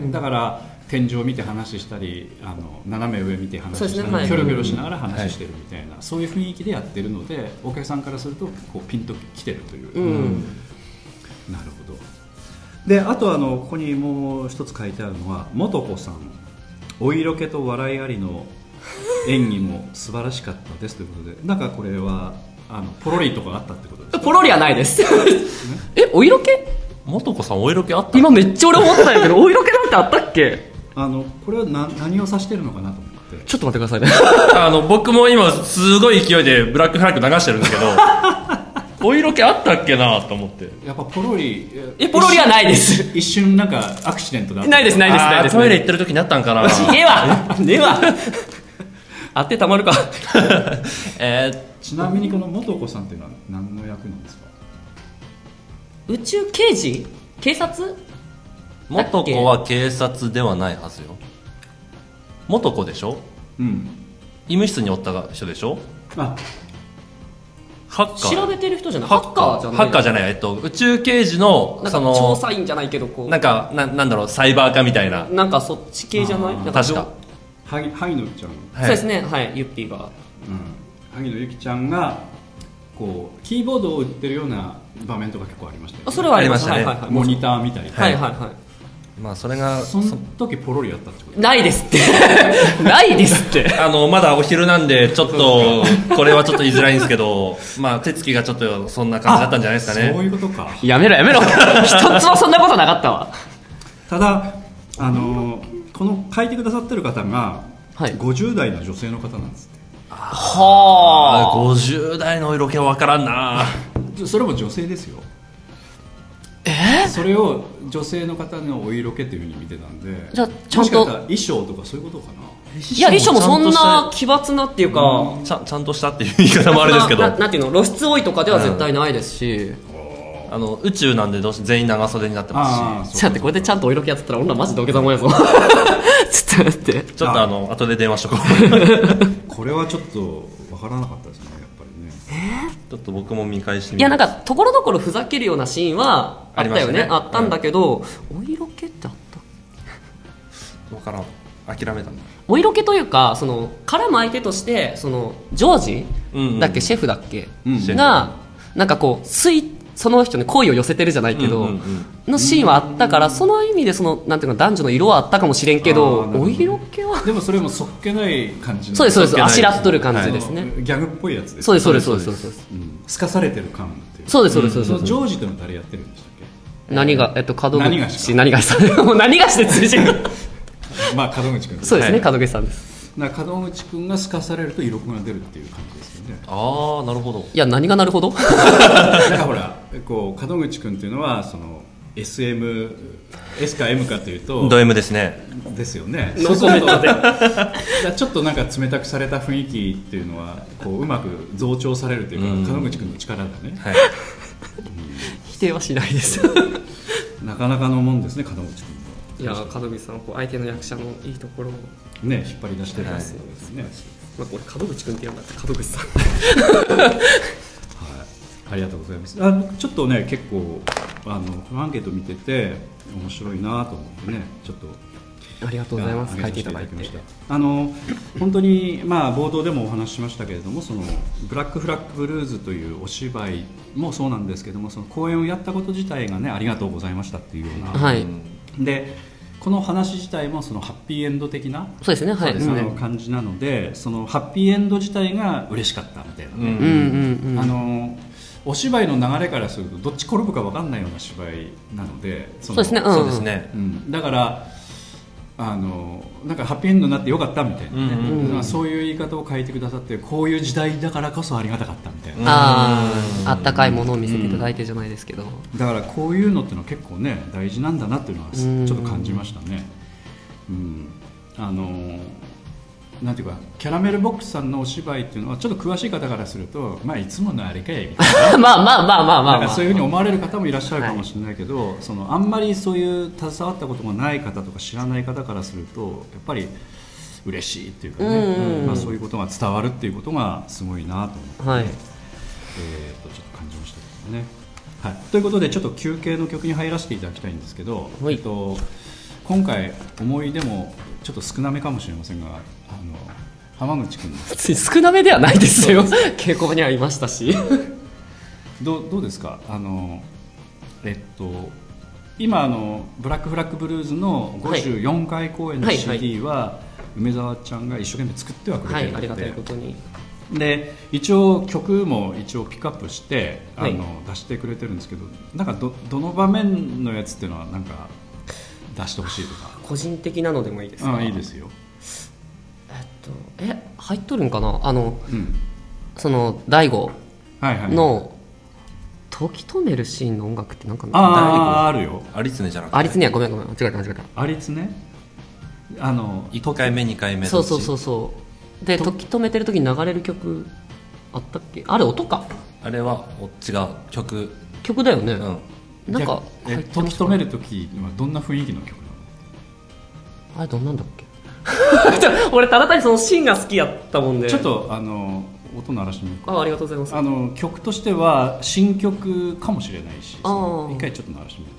だから天井を見て話したり斜め上見て話したり、キョロキョロしながら話してるみたいな、そういう雰囲気でやってるので、お客さんからするとピンときてるという、なるほど。であとここにもう一つ書いてあるのは、素子さんお色気と笑いありの演技も素晴らしかったですということで、なんかこれはポロリとかあったってことですか？ ポロリはないですお色気？ 素子さんお色気あった？ 今めっちゃ俺思ったんやけどお色気なんてあったっけ？ これは何を指してるのかなと思って。 ちょっと待ってくださいね僕も今すごい勢いでブラックフラッグ流してるんですけどお色気あったっけなと思って。 やっぱポロリはないです一瞬なんかアクシデントだった。 ないですトイレ行ってる時になったんかな。 ねえわあってたまるかちなみにこの素子さんっていうのは何の役なんですか？ 宇宙刑事警察元子は警察ではないはずよ。元子でしょ。医務室におった人でしょ。 あ、 ハッカー調べてる人じゃない。ハッカーじゃない、宇宙刑事のなんか調査員じゃないけどこうなんだろう、サイバー化みたいな、 なんかそっち系じゃない。 確か萩野ちゃん、 そうですね、はい、ゆっぴーが、 萩野由紀ちゃんがこうキーボードを打ってるような場面とか結構ありましたよね。 それはありましたね。 モニター見たり、 はいはいはい。 まあそれがその時ポロリやったってことないですってないですってまだお昼なんでちょっとこれはちょっと言いづらいんですけど、まあ手つきがちょっとそんな感じだったんじゃないですかね。 そういうことか。 やめろ一つもそんなことなかったわ。 ただこの書いてくださってる方が50代の女性の方なんですって。 はあ、 50代の色気は分からんな。 それも女性ですよ。それを女性の方のお色気というふうに見てたんで、 じゃあちゃんと衣装とかそういうことかな。 いや、衣装もそんな奇抜なっていうか、 ちゃんとしたっていう言い方もあれですけど、 なんていうの、露出多いとかでは絶対ないですし、 宇宙なんでどうして全員長袖になってますし。 ちょっとこれでちゃんとお色気やってたら俺らマジ土下座もんやぞちょっと待って、 ちょっと後で電話しとこうこれはちょっと分からなかったですね、やっぱりね。 ちょっと僕も見返してみます。 いや、なんかところどころふざけるようなシーンはあったよね。あったんだけど、お色気ってあった分からん、諦めたんだ。 お色気というか、その絡む相手としてそのジョージだっけ、シェフだっけ、がなんかこうその人に好意を寄せてるじゃないけど、のシーンはあったから、その意味でそのなんていうか男女の色はあったかもしれんけど、お色気はでもそれもそっけない感じの。 そうですそうです、あしらっとる感じですね。 ギャグっぽいやつです。 そうですそうですそうですそうです。 すかされてる感っていう。 そうですそうですそうです。 そのジョージというのは誰やってるんでしたっけ？ 何が門口何がしさんもう何がして通じるまあ門口君。 そうですね、門口さんです。 門口君がすかされると色気が出るっていう感じですよね。 ああ、なるほど。 いや、何がなるほどなんかほら、こう門口君っていうのはその S か M かというとド M ですね。 ですよね。 ノーコメントでちょっとなんか冷たくされた雰囲気っていうのはこううまく増長されるというか、門口君の力だね。 はい。 否定はしないですなかなかのもんですね、門口君。 いや、門口さんこう相手の役者のいいところをね、引っ張り出してるんですね。 まあ、これ門口君って言うんだって門口さんはい、ありがとうございます。ちょっとね、結構このアンケート見てて面白いなと思ってね、ちょっとありがとうございます。書いていただいて。 本当にまあ冒頭でもお話ししましたけれども、そのブラックフラッグブルーズというお芝居もそうなんですけども、その公演をやったこと自体がね、ありがとうございましたっていうような。 はい。 で、この話自体もそのハッピーエンド的なそうですね、はい、 感じなので、そのハッピーエンド自体が嬉しかったみたいなね。お芝居の流れからするとどっち転ぶか分かんないような芝居なので、 そうですね、 そうですね。 だからなんかハッピーエンドになってよかったみたいなね、そういう言い方を書いてくださって、こういう時代だからこそありがたかったみたいな、 あったかいものを見せていただいてじゃないですけど、 だからこういうのっていうのは結構ね大事なんだなっていうのはちょっと感じましたね。なんていうか、キャラメルボックスさんのお芝居っていうのはちょっと詳しい方からすると、まあいつものあれかいみたいななんかそういうふうに思われる方もいらっしゃるかもしれないけど、そのあんまりそういう携わったことがない方とか知らない方からするとやっぱり嬉しいっていうかね、まあそういうことが伝わるっていうことがすごいなと思って、ちょっと感じましたけどね。はい、ということでちょっと休憩の曲に入らせていただきたいんですけど、今回思い出もちょっと少なめかもしれませんが、浜口君少なめではないですよ稽古場にはいましたしどうですか、今ブラックフラッグブルーズの54回公演の CD は梅沢ちゃんが一生懸命作ってはくれてるので、 ありがたいことにで一応曲も一応ピックアップして出してくれてるんですけど、なんかどの場面のやつっていうのはなんか出してほしいとか。 個人的なのでもいいですか？ いいですよ。 入っとるんかな、その大悟の時止めるシーンの音楽ってなんかあるよ。 有常じゃなくて、 有常や、ごめん間違えた有常、 1回目2回目そうで時止めてる時に流れる曲あったっけ？あれ音か、 あれは違う曲だよね、 うん、 なんか時止める時はどんな雰囲気の曲なの？ あれどんなんだっけ俺ただ単にそのシーンが好きやったもんで、 ちょっと音鳴らしてみようか。 ありがとうございます。 曲としては新曲かもしれないし、一回ちょっと鳴らしてみよう。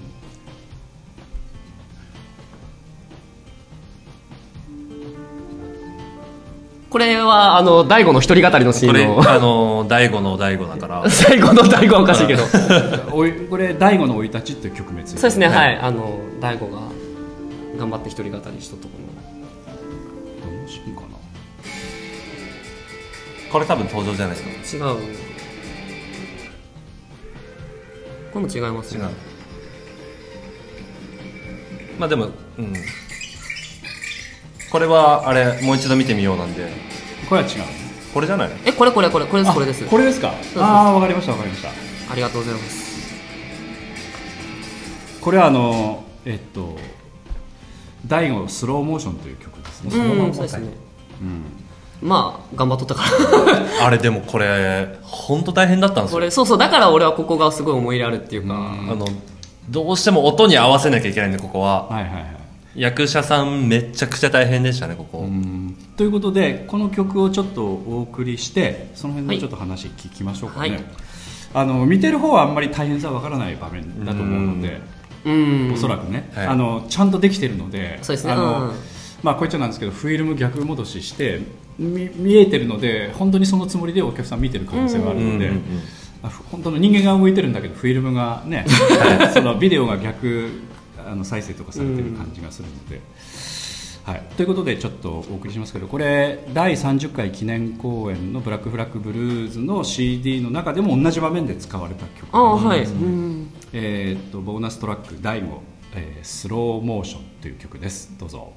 これは大悟の一人語りのシーンのこれ大悟の大悟だから最後の大悟はおかしいけどこれ大悟の生い立ちっていう曲名ついてる。 そうですね、はい、大悟が頑張って一人語りしとっとこのどのシーンかな。 これ多分登場じゃないですか。 違う、これも違いますね。 違う、まあでもこれはあれもう一度見てみようなんで、 これは違う、 これじゃない？ これですこれです。 これですか。ああ、わかりましたわかりました。 ありがとうございます。 これは大悟スローモーションという曲ですね。 そうですね、まあ頑張っとったからあれでもこれ本当大変だったんですよ。 これそうだから俺はここがすごい思い入れあるっていうか、 どうしても音に合わせなきゃいけないんで、ここは、 はいはいはい、 役者さんめちゃくちゃ大変でしたねここ。 ということでこの曲をちょっとお送りしてその辺のちょっと話聞きましょうかね、はい、見てる方はあんまり大変さわからない場面だと思うので、おそらくね、はい、ちゃんとできてるので、 そうですね、 まあこう言っちゃなんですけどフィルム逆戻しして見えてるので本当にそのつもりでお客さん見てる可能性があるので、本当の人間が動いてるんだけどフィルムがねそのビデオが逆再生とかされてる感じがするので、はい、ということでちょっとお送りしますけど、これ第30回記念公演のブラックフラッグブルーズの CD の中でも同じ場面で使われた曲なんです、ボーナストラック第5、スローモーションという曲です。どうぞ。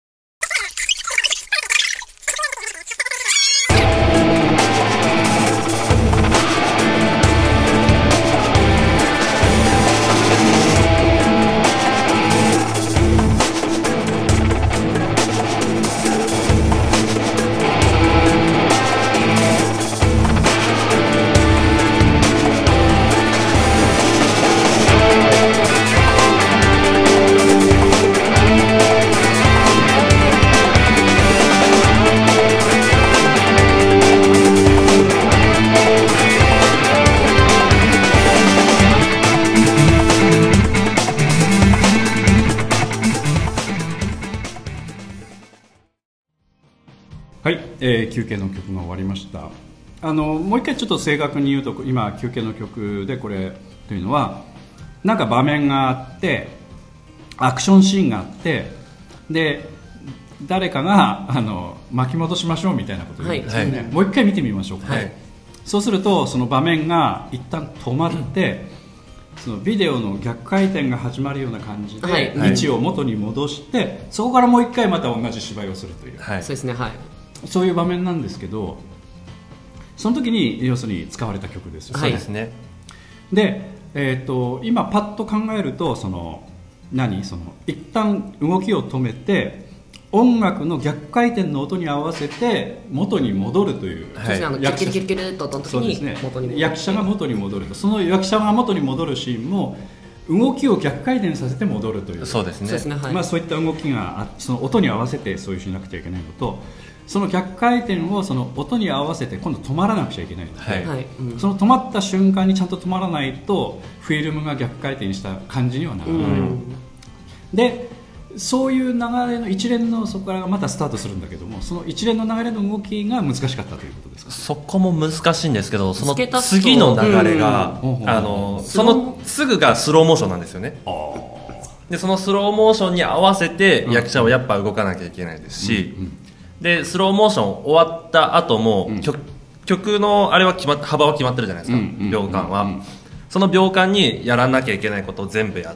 はい、休憩の曲が終わりました。もう一回ちょっと正確に言うと、今休憩の曲でこれというのはなんか場面があってアクションシーンがあってで誰かが巻き戻しましょうみたいなことを言うんですよね、はい、もう一回見てみましょうか、はい、そうするとその場面が一旦止まってそのビデオの逆回転が始まるような感じで位置を元に戻して、そこからもう一回また同じ芝居をするという、 そうですね、はい、 そういう場面なんですけど、その時に要するに使われた曲ですよ、 そうですね。 で、今パッと考えると一旦動きを止めて音楽の逆回転の音に合わせて元に戻るという、 キルキルキルと音の時に元に戻る、 役者が元に戻ると、その役者が元に戻るシーンも動きを逆回転させて戻るという、 そうですね、 まあ、そういった動きがその音に合わせてそういうしなくちゃいけないのと、その逆回転をその音に合わせて今度止まらなくちゃいけないので、その止まった瞬間にちゃんと止まらないとフィルムが逆回転した感じにはならない、でそういう流れの一連のそこからまたスタートするんだけども、その一連の流れの動きが難しかったということですか。 そこも難しいんですけど、その次の流れが、そのすぐがスローモーションなんですよね。でそのスローモーションに合わせて役者はやっぱ動かなきゃいけないですし、でスローモーション終わった後も、曲のあれは幅は決まってるじゃないですか、秒間は。その秒間にやらなきゃいけないことを全部やって、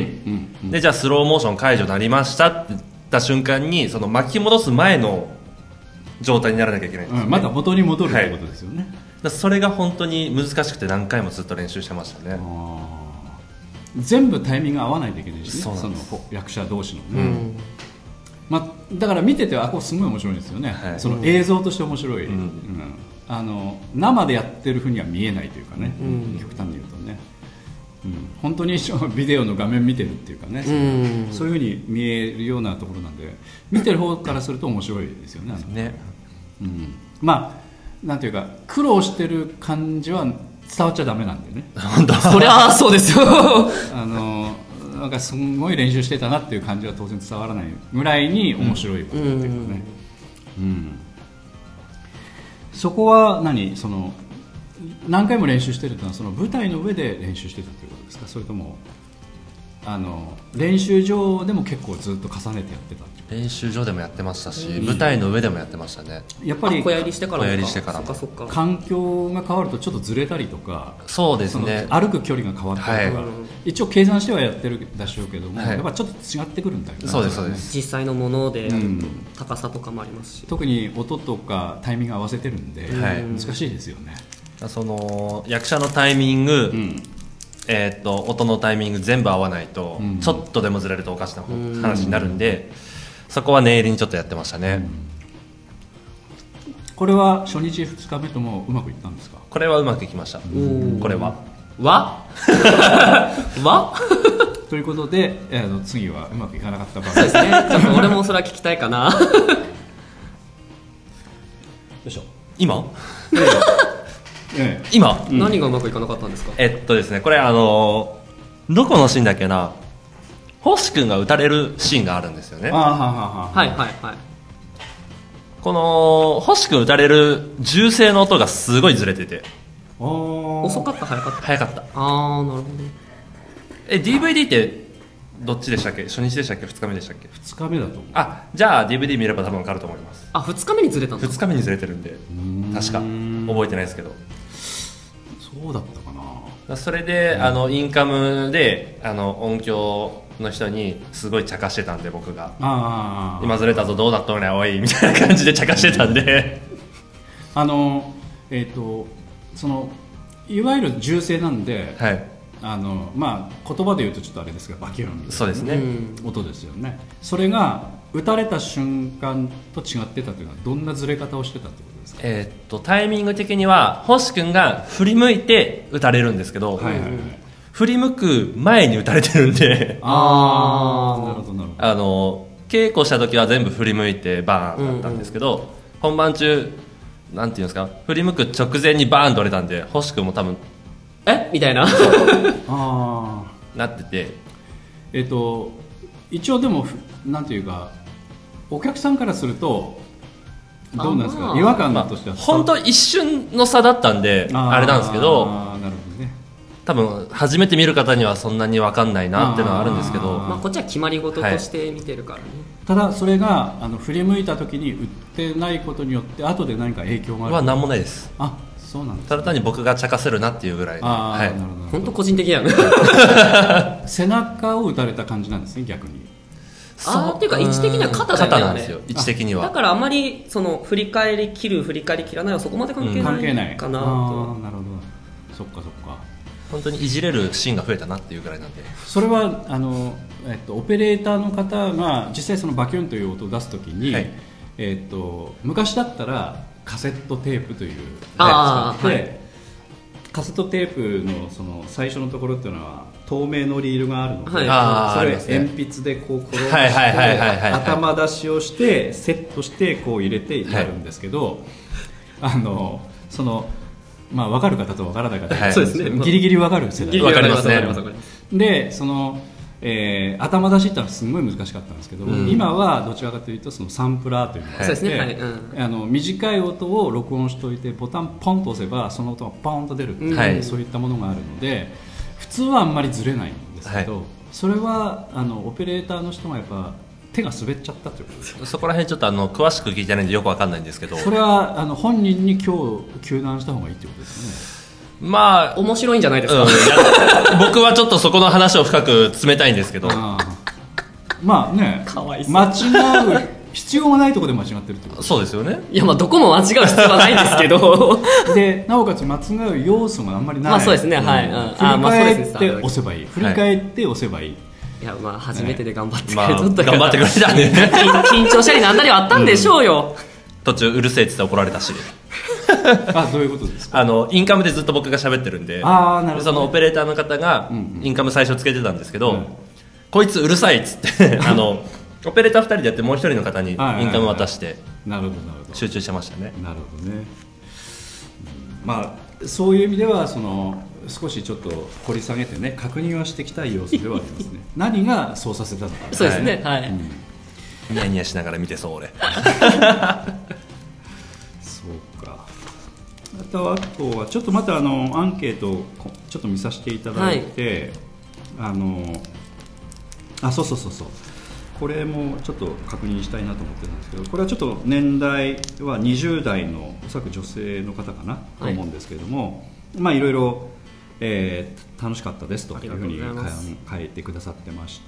でじゃあスローモーション解除になりましたって言った瞬間にその巻き戻す前の状態にならなきゃいけないんですよね、 また元に戻るということですよね、 それが本当に難しくて何回もずっと練習してましたね。 全部タイミング合わないといけないしね、その役者同士のね、 だから見ててこれすごい面白いんですよね、はい、その映像として面白い、生でやってる風には見えないというかね、極端に言うとね、本当にビデオの画面見てるっていうかね、そういう風に見えるようなところなんで、見てる方からすると面白いですよね。なんていうか苦労してる感じは伝わっちゃダメなんでね。 そりゃそうですよ。 なんかすごい練習してたなっていう感じは当然伝わらないぐらいに面白いことっていうかね、そこは何回も練習してるっていうのはその舞台の上で練習してたということですか、それとも練習場でも結構ずっと重ねてやってたっていう。 練習場でもやってましたし、舞台の上でもやってましたね。 やっぱり小やりしてからそっか環境が変わるとちょっとずれたりとか、 そうですね、 歩く距離が変わったりとか、一応計算してはやってるでしょうけども、やっぱちょっと違ってくるんだよね。 そうです実際のもので高さとかもありますし、 特に音とかタイミング合わせてるんで、難しいですよね。 その役者のタイミング、音のタイミング全部合わないと、ちょっとでもずれるとおかしな話になるんで、そこは念入りにちょっとやってましたね。 これは初日2日目ともうまくいったんですか？ これはうまくいきました。これはということで、次はうまくいかなかった場合そうですね。ちょっと俺もそれは聞きたいかな。 どうしよう今何がうまくいかなかったんですか？ ですね、これどこのシーンだっけな、星君が撃たれるシーンがあるんですよね。この星君撃たれる銃声の音がすごいずれてて、 遅かった早かった？ 早かった。 なるほど。 DVD ってどっちでしたっけ？初日でしたっけ2日目でしたっけ ？2日目だと思う。 じゃあ DVD 見れば多分分かると思います。 2日目にずれたんですか？ 2日目にずれてるんで、確か覚えてないですけど、 そうだったかな。 それで、インカムで音響の人にすごい茶化してたんで、僕が今ずれたぞどうだったのねおいみたいな感じで茶化してたんでそのいわゆる銃声なんで、言葉で言うとちょっとあれですがバキューンみたいな、 そうですね、 音ですよね。それが撃たれた瞬間と違ってたというのはどんなずれ方をしてたってことですか？ タイミング的には星君が振り向いて撃たれるんですけど、振り向く前に撃たれてるんでなるほどなるほど。稽古した時は全部振り向いてバーンだったんですけど、本番中なんていうんですか、振り向く直前にバーンと折れたんで、星君も多分みたいななってて、 一応でもなんていうかお客さんからするとどうなんですか、違和感としては。 本当一瞬の差だったんであれなんですけど、多分初めて見る方にはそんなに分かんないなっていうのはあるんですけど、 こっちは決まり事として見てるからね。 ただそれが振り向いた時に売ってないことによって後で何か影響があるは何もないです。 そうなんですね。 ただ単に僕が茶化せるなっていうぐらい。 本当個人的やね。 背中を打たれた感じなんですね、逆に。 っていうか位置的には肩だよね。 肩なんですよ、位置的には。 だからあまり振り返り切る振り返り切らないはそこまで関係ないかなと。 なるほど、そっかそっか。 本当にいじれるシーンが増えたなっていうぐらいなんで。 それはオペレーターの方が実際そのバキュンという音を出すときに、昔だったらカセットテープという使って、カセットテープのその最初のところっていうのは透明のリールがあるので、それを鉛筆でこう転がして頭出しをしてセットしてこう入れてやるんですけど、その分かる方と分からない方、ギリギリ分かる世代、 分かりますね。 でその頭出しってのはすごい難しかったんですけど、今はどちらかというとそのサンプラーというのがあって、短い音を録音しておいてボタンポンと押せばその音がポンと出るっていう、そういったものがあるので普通はあんまりずれないんですけど、それはオペレーターの人がやっぱ手が滑っちゃったということですか？ そこら辺ちょっと詳しく聞いてないんでよく分かんないんですけど、 それは本人に今日糾弾した方がいいってことですね。 面白いんじゃないですか。 僕はちょっとそこの話を深く詰めたいんですけど、 間違う必要がないところで間違ってるってこと。 そうですよね。 いやどこも間違う必要はないんですけどでなおかつ間違う要素があんまりない。 そうですね。 振り返って押せばいい、振り返って押せばいい、 いやまあ初めてで頑張ってくまあれとったから、 頑張ってくれたね緊張したりなんだりはあったんでしょうよ、 途中うるせえって言って怒られたしあ、どういうことですか？ インカムでずっと僕が喋ってるんで、 あー、なるほどね。 そのオペレーターの方がインカム最初つけてたんですけど、 うんこいつうるさいっつってオペレーター2人でやってもう1人の方にインカム渡してなるほどなるほど。 集中してましたね。 なるほどね。まあそういう意味では少しちょっと掘り下げてね、確認はしていきたい要素ではありますね。何がそうさせたのか。 そうですね、はい、 ニヤニヤしながら見てそう俺そうか。あとはちょっとまたアンケートをちょっと見させていただいて、そうこれもちょっと確認したいなと思ってたんですけど、これはちょっと年代は20代のおそらく女性の方かなと思うんですけれども、まあいろいろ、楽しかったですというふうに書いてくださってまして、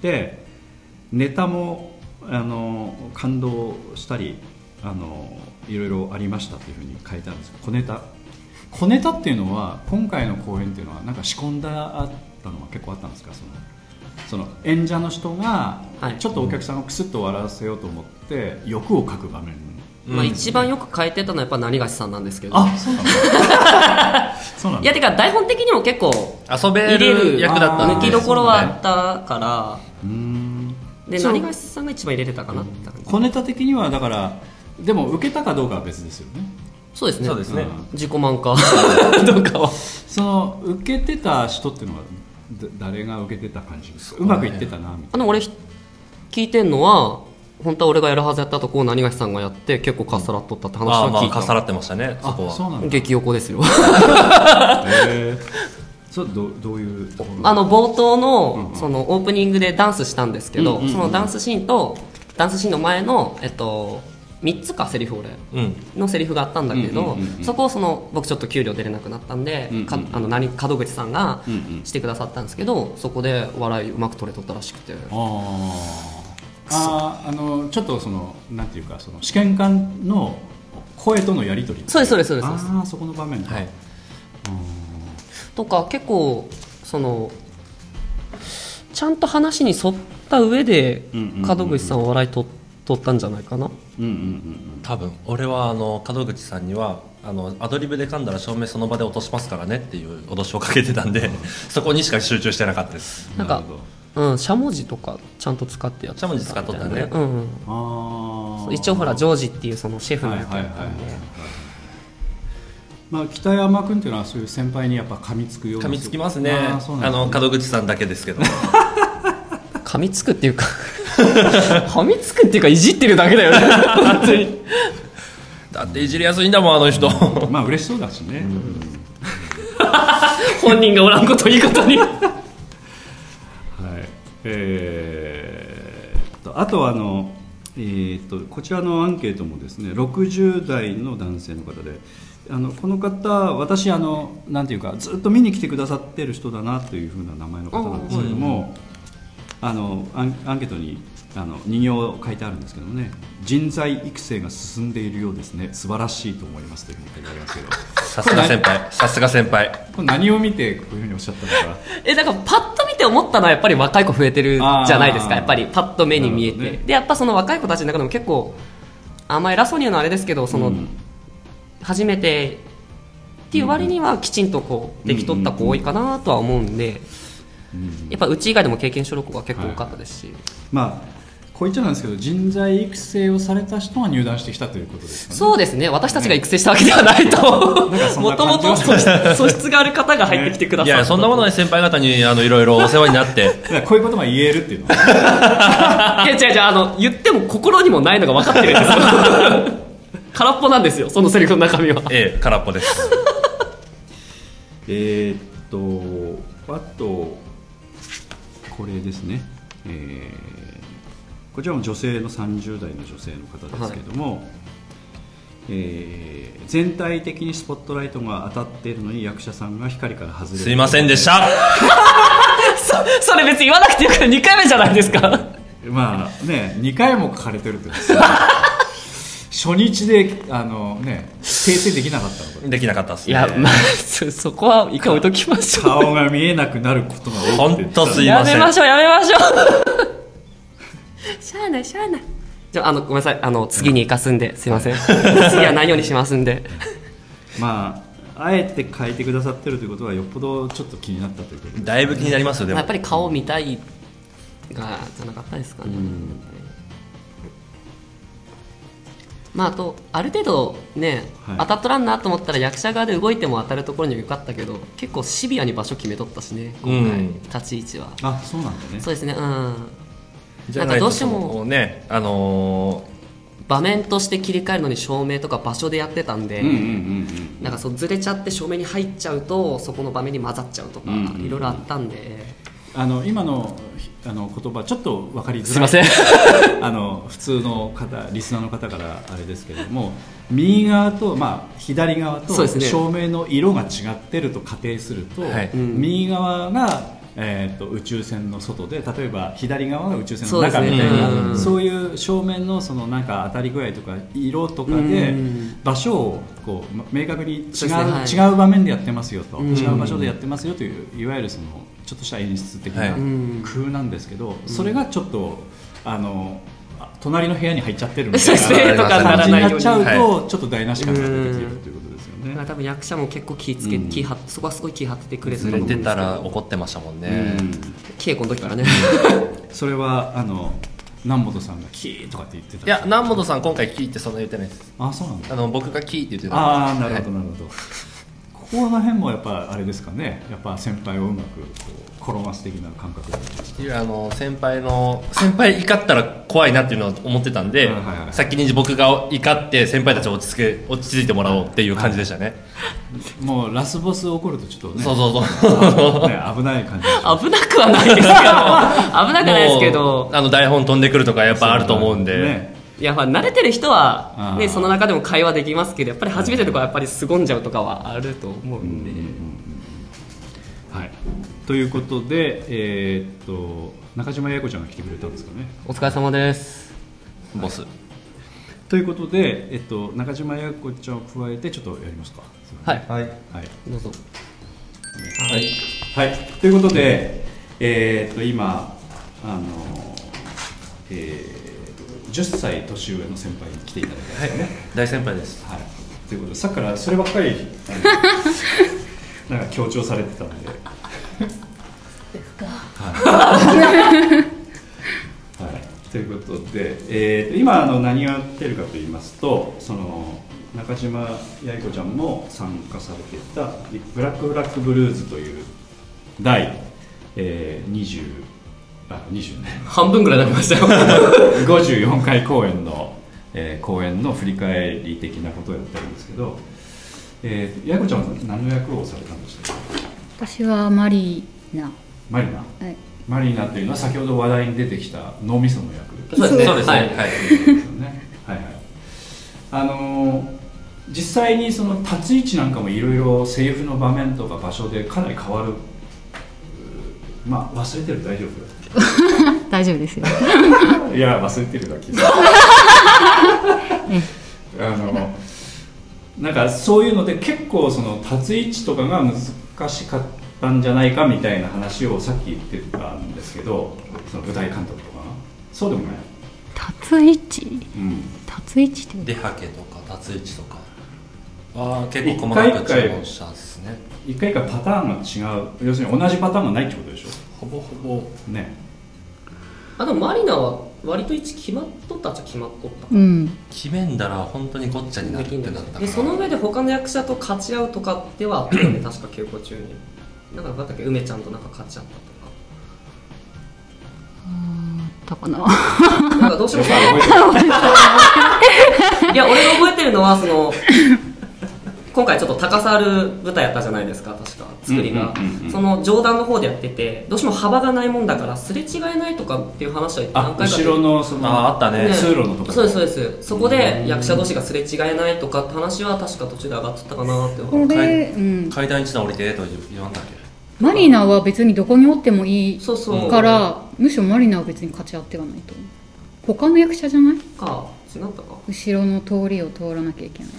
ネタも感動したりいろいろありましたというふうに書いてあるんですけど、小ネタっていうのは今回の公演っていうのはなんか仕込んであったのは結構あったんですか？その演者の人がちょっとお客さんをクスッと笑わせようと思って欲を書く場面、 まあ、一番よく書いてたのはやっぱ成樫さんなんですけど、 あ、そうなんだそうなんだ。 いやてか台本的にも結構遊べる役だったんで抜きどころはあったから、でそう成樫さんが一番入れてたかなって感じ。 小ネタ的にはだからでも受けたかどうかは別ですよね。 そうですね、 そうですね、 自己満かどうかはその受けてた人っていうのは誰が受けてた感じですか？うまくいってたなみたいな。 俺聞いてんのは本当は俺がやるはずやったとこを成樫さんがやって結構かっさらっとったって話は聞いた。 かっさらってましたね、そこは。 そうなんだ。 激横ですよそれどういうところ？ 冒頭の、そのオープニングでダンスしたんですけど、そのダンスシーンとダンスシーンの前の3つかセリフ俺のセリフがあったんだけど、そこを僕ちょっと給料出れなくなったんで、門口さんがしてくださったんですけど、そこで笑いうまく取れとったらしくて、 ちょっとなんていうか試験官の声とのやり取り。 そうです。 そこの場面か、はい、 とか結構ちゃんと話に沿った上で門口さんは笑い取ったんじゃないかな。 多分俺は門口さんにはアドリブで噛んだら照明その場で落としますからねっていう脅しをかけてたんでそこにしか集中してなかったです。 なんかしゃもじとかちゃんと使ってやってた。 しゃもじ使っとったね。 一応ほらジョージっていうそのシェフの役だったんで、 まあ、北山君っていうのはそういう先輩にやっぱ噛みつくような。 噛みつきますね。門口さんだけですけど噛みつくっていうか噛みつくっていうかいじってるだけだよね本当に。 だっていじりやすいんだもんあの人まあ嬉しそうだしね、 本人がおらんこといいことにはい。 あとはこちらのアンケートもですね、60代の男性の方で、この方私なんていうかずっと見に来てくださってる人だなというふうな名前の方なんですけれども、アンケートに2行書いてあるんですけどもね、人材育成が進んでいるようですね、素晴らしいと思いますというふうに書いてありますけどさすが先輩、さすが先輩。 これ何を見てこういうふうにおっしゃったのか。 だからパッと見て思ったのはやっぱり若い子増えてるじゃないですか。やっぱりパッと目に見えて、ね、でやっぱその若い子たちの中でも結構あんまり偉そうに言うのはあれですけど、初めてっていう割にはきちんとできとった子多いかなとは思うんで、やっぱうち以外でも経験してる子が結構多かったですし、 まあこう言っちゃなんですけど、人材育成をされた人が入団してきたということですかね。 そうですね、私たちが育成したわけではないと、もともと素質がある方が入ってきてくださった、 いやそんなものに先輩方にいろいろお世話になってこういうことが言えるっていうのはいや違う言っても心にもないのが分かってるんですよ空っぽなんですよ、そのセリフの中身は。 空っぽですあとこれですね、こちらも女性の30代の女性の方ですけども、全体的にスポットライトが当たっているのに役者さんが光から外れる。 すいませんでしたそれ別に言わなくてよくて2回目じゃないですかまあね、2回も書かれてるって初日で訂正できなかったのこれ。 できなかったですね。 いや、まあ、そこは一回置いときましょう。 顔が見えなくなることが多くて。 本当すいません。 やめましょう。しゃあない。じゃあ、ごめんなさい。次に生かすんで、すいません。次はないようにしますんで。 まあ、あえて変えてくださってるということはよっぽどちょっと気になったということです。 だいぶ気になりますよ。でもやっぱり顔見たいがじゃなかったですかね。まあ、あとある程度ね、 はい当たっとらんなと思ったら役者側で動いても当たるところにはよかったけど、結構シビアに場所決めとったしね、今回、立ち位置は。 あ、そうなんだね。 そうですね。 じゃないとなんかどうしてもね、 場面として切り替えるのに照明とか場所でやってたんで、なんかそうずれちゃって照明に入っちゃうとそこの場面に混ざっちゃうとか、いろいろあったんで、 今の言葉ちょっと分かりづらい。 すいません普通の方、リスナーの方からあれですけれども、右側と、左側とそうですね照明の色が違ってると仮定すると、 はい右側が宇宙船の外で、例えば左側が宇宙船の中みたいな、そういう正面のそのなんか当たり具合とか色とかで場所をこう明確に違う場面でやってますよと、違う場所でやってますよという、いわゆるそのちょっとした演出的な工夫なんですけど、それがちょっと隣の部屋に入っちゃってるみたいな感じになっちゃうと、ちょっと台無し感が出てきてるということですよね。 多分役者も結構そこはすごい気張ってくれてずれると思うんですけど、 てたら怒ってましたもんね。 稽古の時からねそれは南本さんがキーとかって言ってた。 いや、南本さん今回キーってそんな言ってないです。 あ、そうなんだ。 僕がキーって言ってた。 ああ、なるほどなるほど。ここら辺もやっぱあれですかね、やっぱ先輩をうまくこう転がす的な感覚で。 いや、先輩怒ったら怖いなっていうのを思ってたんで、先に僕が怒って先輩たちを落ち着いてもらおうっていう感じでしたね。 もうラスボス怒るとちょっとね、 そうね、危ない感じ。 危なくはないですけど危なくないですけど、 台本飛んでくるとかやっぱあると思うんで、 ね、 いや、慣れてる人は、ね、その中でも会話できますけど、やっぱり初めてとかはやっぱり凄んじゃうとかはあると思うんで、 はい、ということで、中島八重子ちゃんが来てくれたんですかね。 お疲れ様です、 ボス。 ということで、中島八重子ちゃんを加えてちょっとやりますか。 はいはい、 どうぞ。 はい、ということで、今10歳年上の先輩に来ていただいてますね、 大先輩です、 ということで、さっきからそればっかりなんか強調されてたんでということで、今何をやってるかと言いますと、その中島八重子ちゃんも参加されていたブラックフラッグブルーズという第20ね、 半分ぐらいになりましたよ 54回公演の、公演の振り返り的なことをやってるんですけど、八重子ちゃんは何の役をされたんでしたっけ？ 私はマリーナ。 マリナ、 はい、 マリーナというのは先ほど話題に出てきた脳みその役。 そうですね、 そうですね、はい、 実際にその立ち位置なんかもいろいろセリフの場面とか場所でかなり変わる。忘れてる？大丈夫？ 大丈夫ですよいや、忘れてるだけなんかそういうので結構その立ち位置とかが難しかったんじゃないかみたいな話をさっき言ってたんですけど、その舞台監督とかそうでもない。 立つ位置、立つ位置って出はけとか立つ位置とか結構細かく注文したんですね。 一回一回パターンが違う、要するに同じパターンがないってことでしょ。 ほぼほぼね。 でもマリナは割と位置決まっとったっちゃ決まっとった、 決めんだら本当にごっちゃになるってなったから、 でその上で他の役者と勝ち合うとかではあったよね確か稽古中になんかだっけ、梅ちゃんとなんか勝ち合ったとかあったかななんかどうしてもさいや、俺が覚えてるのはその今回ちょっと高さある舞台やったじゃないですか、確か作りが、その上段の方でやってて、どうしても幅がないもんだからすれ違えないとかっていう話は何回か後ろのそのあったね、 通路のところ。 そうですそうです。そこで役者同士がすれ違えないとかって話は確か途中で上がってたかなってこれ、 階段一段降りてと言わんだっけ。 マリナは別にどこにおってもいいそうそうから、むしろマリナは別に勝ち合ってはないと思う。 他の役者じゃない？ 違ったか。 後ろの通りを通らなきゃいけない。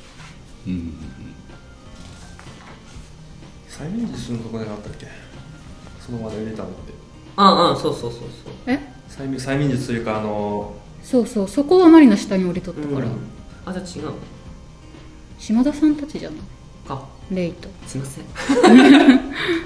催眠術のとこでなかったっけ、その場で入れたのって。 そう催眠術というかそうそこはマリナ下に降りとったから、 じゃあ違う島田さんたちじゃないか。 レイと。 すいません。 なるほど。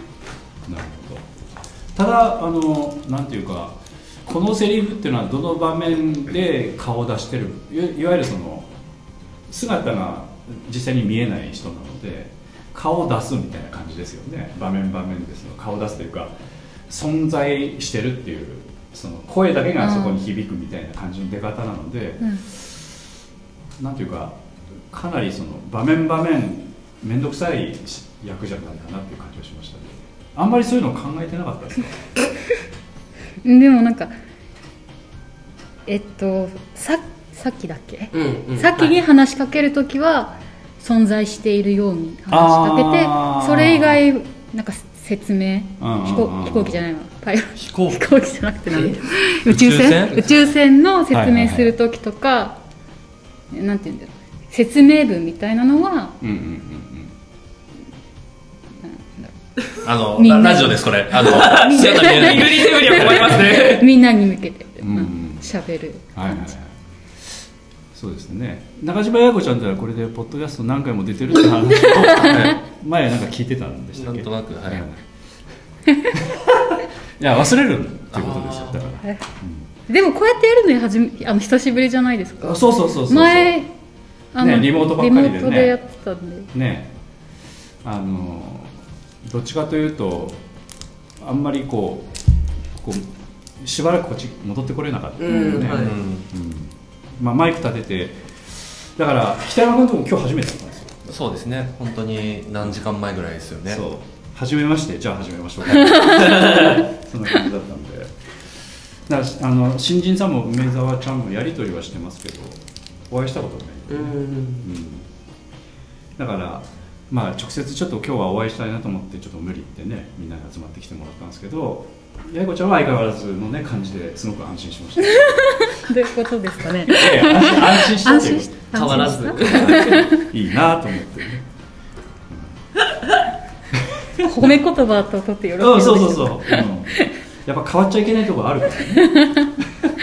ただなんていうか、このセリフっていうのはどの場面で顔を出してる、いわゆるその姿が実際に見えない人なので顔を出すみたいな感じですよね。場面場面ですの顔を出すというか、存在してるっていう、その声だけがそこに響くみたいな感じの出方なので、なんていうか、かなりその場面場面面倒くさい役じゃないかなっていう感じがしましたね。あんまりそういうのを考えてなかったですか？ でもなんかさっきだっけ、さっきに話しかけるときは存在しているように話しかけて、それ以外なんか説明、飛行機じゃないわ、飛行機じゃなくて何宇宙船の説明するときとか、なんていうんだろう、説明文みたいなのは、 ラジオですこれ。 みんなに向けて喋る。 そうですね。中島八重子ちゃんではこれでポッドキャスト何回も出てるって話を前なんか聞いてたんでしたっけ？ なんとなく、はい。 いや忘れるっていうことですよ。だから。 でもこうやってやるのに久しぶりじゃないですか。 そう。 前リモートばっかりでね。 リモートでやってたんで。 ね。どっちかというとあんまりこうしばらくこっち戻ってこれなかったんでね。マイク立てて、だから北山君とも今日初めてだったんですよ。 そうですね。本当に何時間前ぐらいですよね。 そう。初めまして、じゃあ始めましょうか。そんな感じだったんで。だから新人さんも梅沢ちゃんもやり取りはしてますけど、お会いしたことない。だから直接ちょっと今日はお会いしたいなと思ってちょっと無理ってね、みんなに集まってきてもらったんですけど、八重子ちゃんは相変わらずのね感じですごく安心しました。 どういうことですかね。 安心したっていうこと。 変わらずいいなと思ってね。 褒め言葉ととってよろしいですか？ そう、やっぱ変わっちゃいけないところあるからね。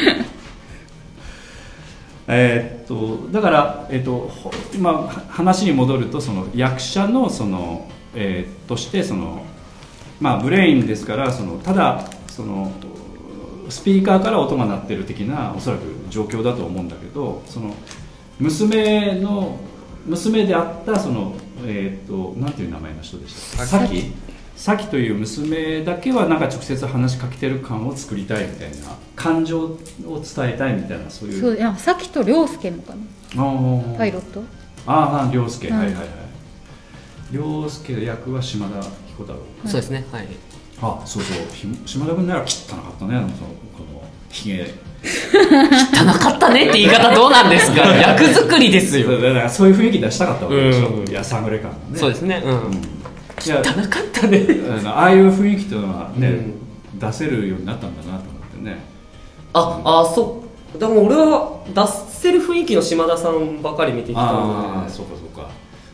だから、話に戻ると、その役者のその、としてその、ブレインですから、ただそのスピーカーから音が鳴ってる的なおそらく状況だと思うんだけど、その娘であったその、なんていう名前の人でしたっけ？さきという娘だけはなんか直接話しかけてる感を作りたいみたいな、感情を伝えたいみたいな、そういう。 そう、さきと涼介もかな。パイロット。 涼介、はい。涼介役は島田彦太郎。 そうですね、はい。 そう島田君なら汚かったね、このひげ。 汚かったねって言い方どうなんですか？役作りですよ。 だからそういう雰囲気出したかったわけでしょ。やさぐれ感がね。 そうですね。汚かったね。 ああいう雰囲気というのはね、出せるようになったんだなと思ってね。 そう。でも俺は出せる雰囲気の島田さんばかり見てきたので。 そうか。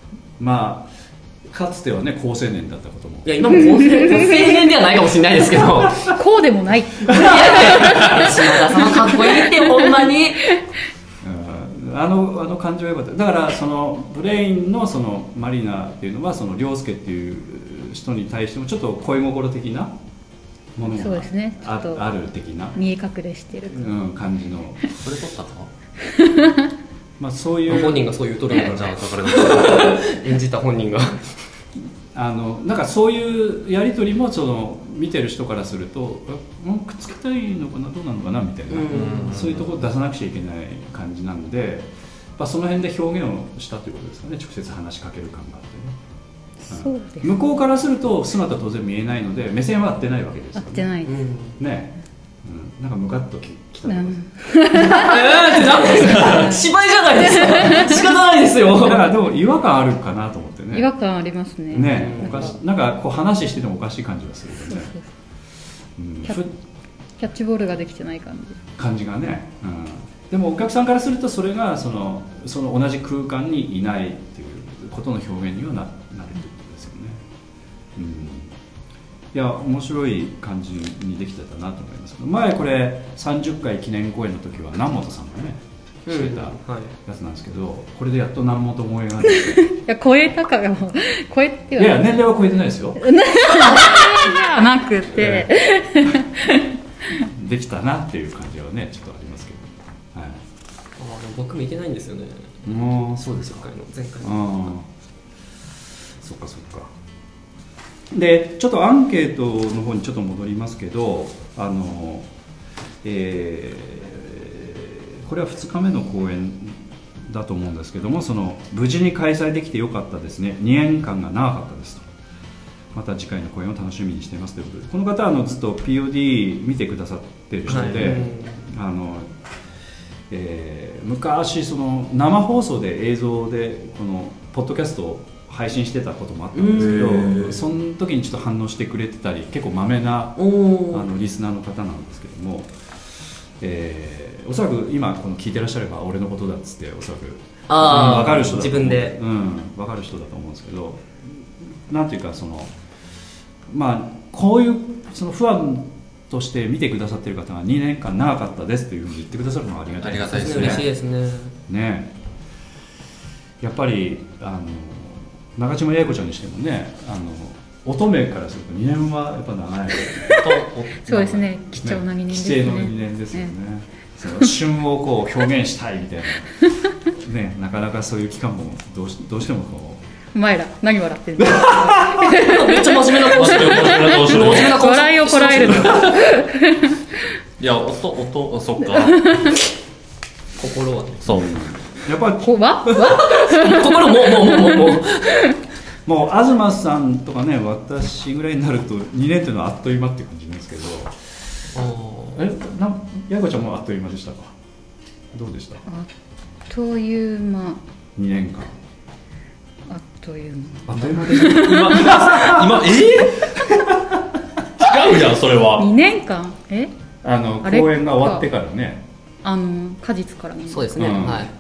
かつてはね、高青年だったことも。 いや、今も高青年ではないかもしれないですけど。 こうでもない。 島田さんかっこいいってほんまに。 あの感情は良かった。だからそのブレインのそのマリナっていうのは、その涼介っていう人に対してもちょっと恋心的なものがある的な、 見え隠れしてる感じの。 これ撮ったか？ そういう本人がそう言うとるのか、じゃあ演じた本人がなんかそういうやり取りもその見てる人からすると、くっつきたいのかな、どうなのかなみたいな、そういうところを出さなくちゃいけない感じなので、その辺で表現をしたということですかね。直接話しかける感があってね。そうです。向こうからすると姿当然見えないので、目線は合ってないわけですよね。 合ってないね。なんかムカッときたとか芝居じゃないですか。仕方ないですよ。 だからでも違和感あるかなと思ってね。 違和感ありますね。 なんかこう話しててもおかしい感じがするよね。 キャッチボールができてない感じがね、でもお客さんからするとそれがその同じ空間にいないっていうことの表現にはなるってことですよね。いや面白い感じにできてたなと思いますけど、前これ30回記念公演の時は南本さんがねしてたやつなんですけど、これでやっと南本萌えが出てじ。いや超えたかがもう超えていや年齢は超えてないですよ。 なくて、 できたなっていう感じはねちょっとありますけど、はい、 でも僕見てないんですよね。 もうそうですか。 前回のそっかそっか。でちょっとアンケートの方にちょっと戻りますけど、これは2日目の公演だと思うんですけども、無事に開催できてよかったですね、2年間が長かったですと、また次回の公演を楽しみにしていますということで、この方はずっと POD 見てくださってる人で、昔生放送で映像でこのポッドキャストを配信してたこともあったんですけど、その時にちょっと反応してくれてたり、結構まめなリスナーの方なんですけども、おそらく今この聞いてらっしゃれば俺のことだっつっておそらく分かる人だと思う、 自分で、 分かる人だと思うんですけど、なんていうかこういうファンとして見てくださってる方が2年間長かったですというふうに言ってくださるのはありがたいですね。 嬉しいですね。 ね、やっぱり中島八重子ちゃんにしてもね、乙女からすると2年はやっぱ長いそうですね、貴重な2年ですね。 貴重な2年ですよね。旬をこう表現したいみたいなね、なかなかそういう期間もどうしてもこうお前ら何笑ってんのめっちゃ真面目な顔してる。 笑いをこらえるの。 いやそっか心はね、 そうやっぱり心もう東さんとかね、私ぐらいになると2年っていうのはあっという間っていう感じなんですけど、八重子ちゃんもあっという間でしたか？どうでした？ あっという間。 2年間あっという間。 あっという間でした。 今違うじゃんそれは。 2年間公演が終わってからね、 果実からね。 そうですね、はい。 あっ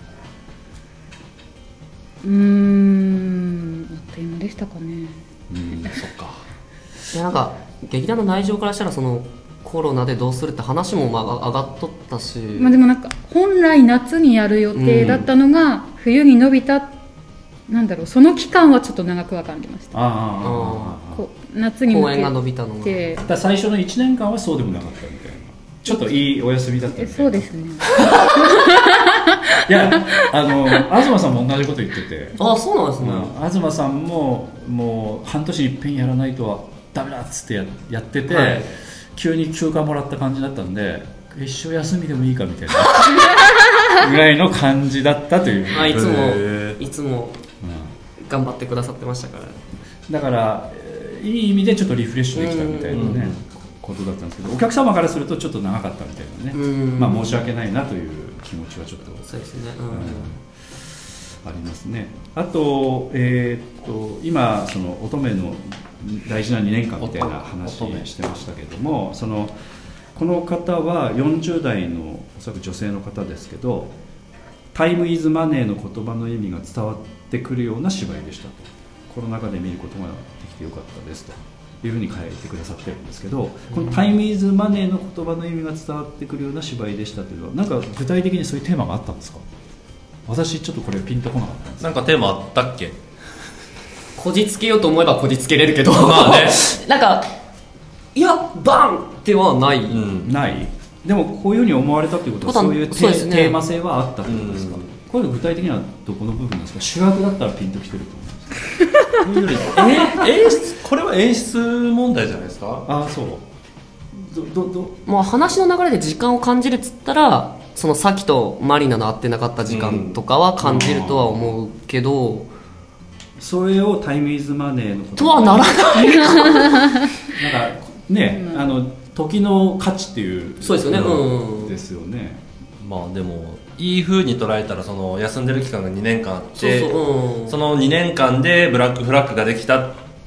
という間でしたかね。 そっか。 いやなんか劇団の内情からしたらコロナでどうするって話も上がっとったし、 でもなんか本来夏にやる予定だったのが冬に伸びた、その期間はちょっと長くは感じました。夏に向けて公演が伸びたのが、 最初の1年間はそうでもなかったみたいな、ちょっといいお休みだったみたいな。 そうですね。 いや東さんも同じこと言ってて、 そうなんですね。 東さんももう半年に一遍やらないとはダメだっつってやってて、急に休暇もらった感じだったんで、一生休みでもいいかみたいなぐらいの感じだったといういつも頑張ってくださってましたから、 だからいい意味でちょっとリフレッシュできたみたいなねことだったんですけど、お客様からするとちょっと長かったみたいなね、申し訳ないなという気持ちはちょっとそうですね、 ありますね。あと、今乙女の大事な2年間みたいな話してましたけども、この方は40代のおそらく女性の方ですけど、タイムイズマネーの言葉の意味が伝わってくるような芝居でしたと、コロナ禍で見ることができてよかったですというふうに書いてくださってるんですけど、このタイムイズマネーの言葉の意味が伝わってくるような芝居でしたというのは、なんか具体的にそういうテーマがあったんですか？私ちょっとこれピンとこなかったんです。 なんかテーマあったっけ？ こじつけようと思えばこじつけれるけど、なんかいやバンってはない、 ない。でもこういうふうに思われたということは、そういうテーマ性はあったということですか？こういうの具体的にはどこの部分ですか？主役だったらピンときてると思うんですか？ 演出、これは演出問題じゃないですか？ そう。 もう話の流れで時間を感じるっつったら、サキとマリナの会ってなかった時間とかは感じるとは思うけど、 それをタイムイズマネーのこととはならないなんかね、時の価値っていう、 そうですよね、 ですよね。 でもいい風に捉えたら、休んでる期間が2年間あって、その2年間でブラックフラッグができたっ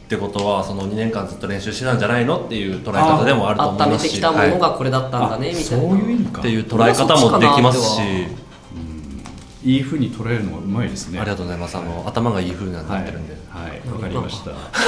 ってことはその2年間ずっと練習してたんじゃないのっていう捉え方でもあると思いますし、 温めてきたものがこれだったんだね、みたいな、 そういう意味かっていう捉え方もできますし、 いい風に捉えるのがうまいですね。 ありがとうございます。頭がいい風になってるんで、 はい、わかりました。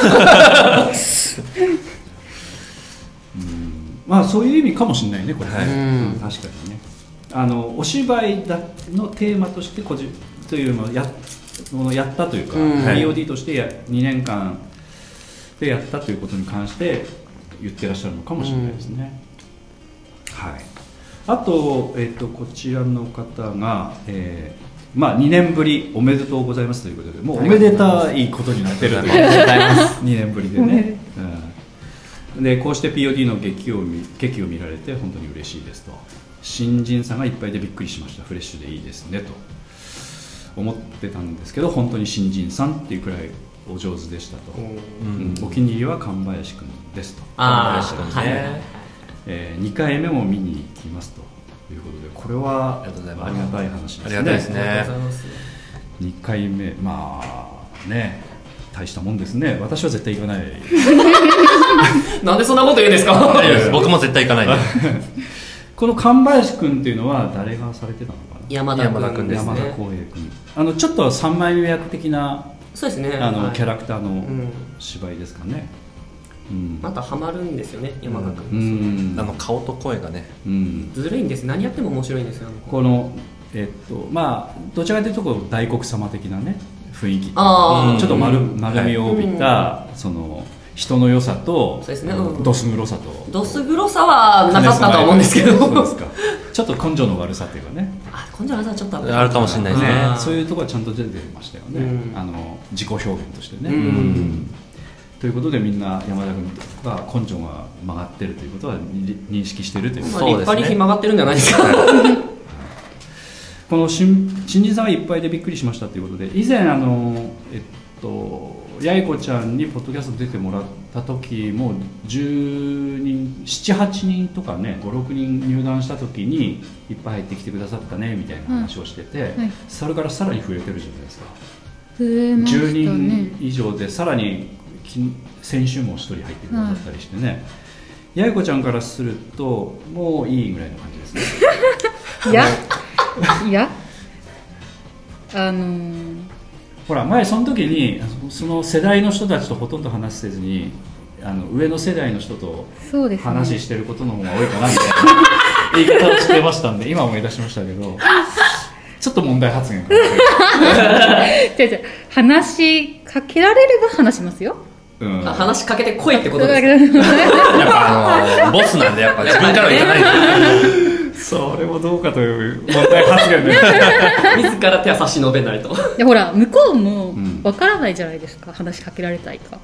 まあそういう意味かもしれないね、これね。確かにね。お芝居のテーマとしてというのをやったというか、POD として2年間でやったということに関して言ってらっしゃるのかもしれないですね。はい。あと、こちらの方が、まあ、2年ぶりおめでとうございますということで、もうおめでたいことになってるという2年ぶりでね、でこうして POD の劇を見られて本当に嬉しいですと、新人さんがいっぱいでびっくりしました、フレッシュでいいですねと思ってたんですけど、本当に新人さんっていうくらいお上手でしたと、お気に入りは神林くんですと、 神林くんね、 2回目も見に行きますということで、これはありがたい話ですね。 ありがたいですね。 2回目、まあね、大したもんですね。私は絶対行かない。 なんでそんなこと言うんですか？ 僕も絶対行かないです。 この神林君っていうのは誰がされてたのかな？ 山田君ですね。 山田光栄君。ちょっと三枚目役的な、 そうですね。 キャラクターの芝居ですかね。 またハマるんですよね、山田君。 顔と声がね、 ずるいんです。何やっても面白いんですよ。 このまあどちらかというとこう大黒様的なね雰囲気、ちょっと丸みを帯びたその人の良さと、 そうですね、 どす黒さと、 どす黒さはなかったと思うんですけど、 そうですか。ちょっと根性の悪さというかね、 根性の悪さはちょっとあるかもしれないですね。 そういうところはちゃんと出てましたよね、自己表現としてね。ということでみんな山田君が根性が曲がってるということは認識しているということですね。 立派に曲がってるんじゃないですか。 この新人さんがいっぱいでびっくりしましたということで、以前八重子ちゃんにポッドキャスト出てもらった時も10人7、8人とかね、5、6人入団した時にいっぱい入ってきてくださったねみたいな話をしてて、それからさらに増えてるじゃないですか。 増えましたね。 10人以上でさらに先週も1人入ってくださったりしてね、八重子ちゃんからするともういいぐらいの感じですね。 いやほら前その時にその世代の人たちとほとんど話せずに上の世代の人と話してることの方が多いかなみたいな言い方をしてましたんで、今思い出しましたけど、ちょっと問題発言かもしれない。 話しかけられれば話しますよ。 話しかけてこいってことですか？やっぱボスなんでやっぱ自分からは言わないんで。 それもどうかという問題発言で自ら手は差し伸べないと。 ほら向こうもわからないじゃないですか、話しかけられたいか。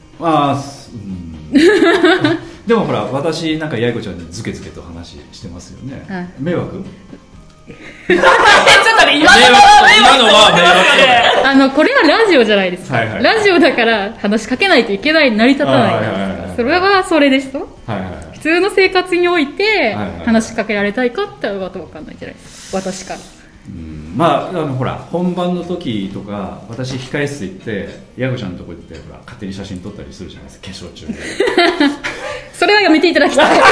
でもほら私なんか八重子ちゃんにズケズケと話してますよね。迷惑？ ちょっとね、今のは迷惑。 これはラジオじゃないですか。ラジオだから話しかけないといけない、成り立たないじゃないですか。それはそれですと。普通の生活において話しかけられたいかってのが分かんないじゃないですか、私から。 まあほら本番の時とか私控え室行って八重子ちゃんのとこ行ってほら勝手に写真撮ったりするじゃないですか、化粧中で。 それはやめていただきたい。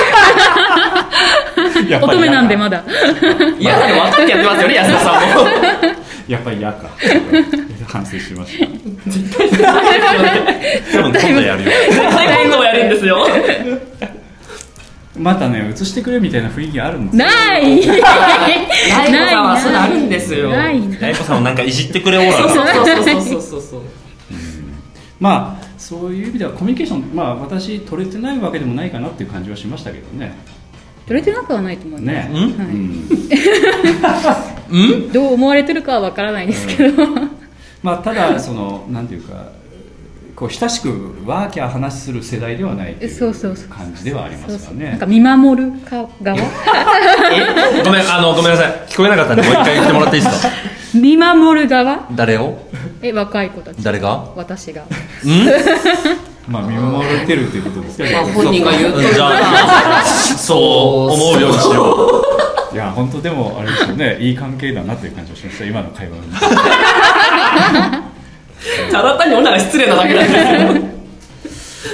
乙女なんでまだ。 いやでも分かってやってますよね、安田さんも。 やっぱり嫌か。反省しました。 絶対嫌ですよね。 多分今度やるよ。 絶対今度もやるんですよ。 またね、映してくれみたいな雰囲気あるんですよ。 ない。 八重子さんはそういうのあるんですよ。 ない。 八重子さんもなんかいじってくれオーラが。 そう。 まあそういう意味ではコミュニケーション、まあ私取れてないわけでもないかなっていう感じはしましたけどね。 取れてなくはないと思います。 ね。 どう思われてるかはわからないですけど。 まあただそのなんていうか。こう親しくワーキャー話する世代ではないという感じではありますよね。 なんか見守る側。 ごめんなさい、聞こえなかったんでもう一回言ってもらっていいですか？ 見守る側。 誰を？ 若い子たち。 誰が？ 私が。 まあ見守ってるということですけど、 本人が言うとじゃあそう思うようにしよう。いや本当でもあれですよね、いい関係だなという感じがしました、今の会話に。 ただ単に女が失礼なだけなんですけど。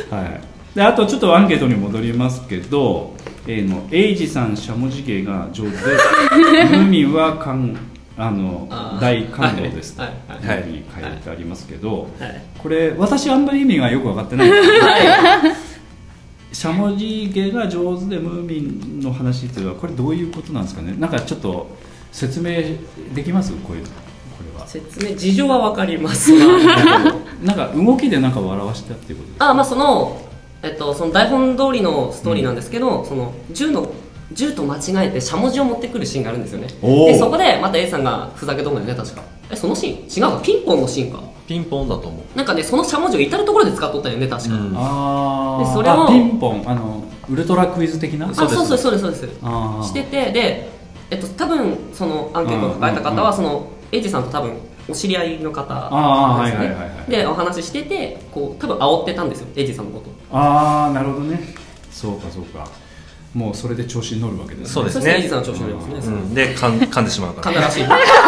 はい、であとちょっとアンケートに戻りますけど、A のエイジさんしゃもじ芸が上手でムーミンは大感動ですというふうに書いてありますけど、これ私あんまり意味がよく分かってないんですけど、しゃもじ芸が上手でムーミンの話っていうのはこれどういうことなんですかね。なんかちょっと説明できます？これは説明、事情は分かりますがなんか動きでなんか笑わしたっていうことですか？ まあその台本通りのストーリーなんですけど、その銃と間違えてしゃもじを持ってくるシーンがあるんですよね。でそこでまた A さんがふざけとるんだよね、確か。そのシーン違うか、ピンポンのシーンか。 ピンポンだと思う。 なんかね、そのしゃもじを至るところで使っとったよね、確か。でそれをピンポン、ウルトラクイズ的な。 そうですしてて、で多分そのアンケートを書かれた方はそのエイジさんと多分お知り合いの方ですね。でお話ししてて、こう多分煽ってたんですよ、エイジさんのこと。 なるほどね。そうかもうそれで調子に乗るわけですね。 そうですね。 エイジさんの調子に乗りますね。 で噛んでしまうから。 噛んだらしい。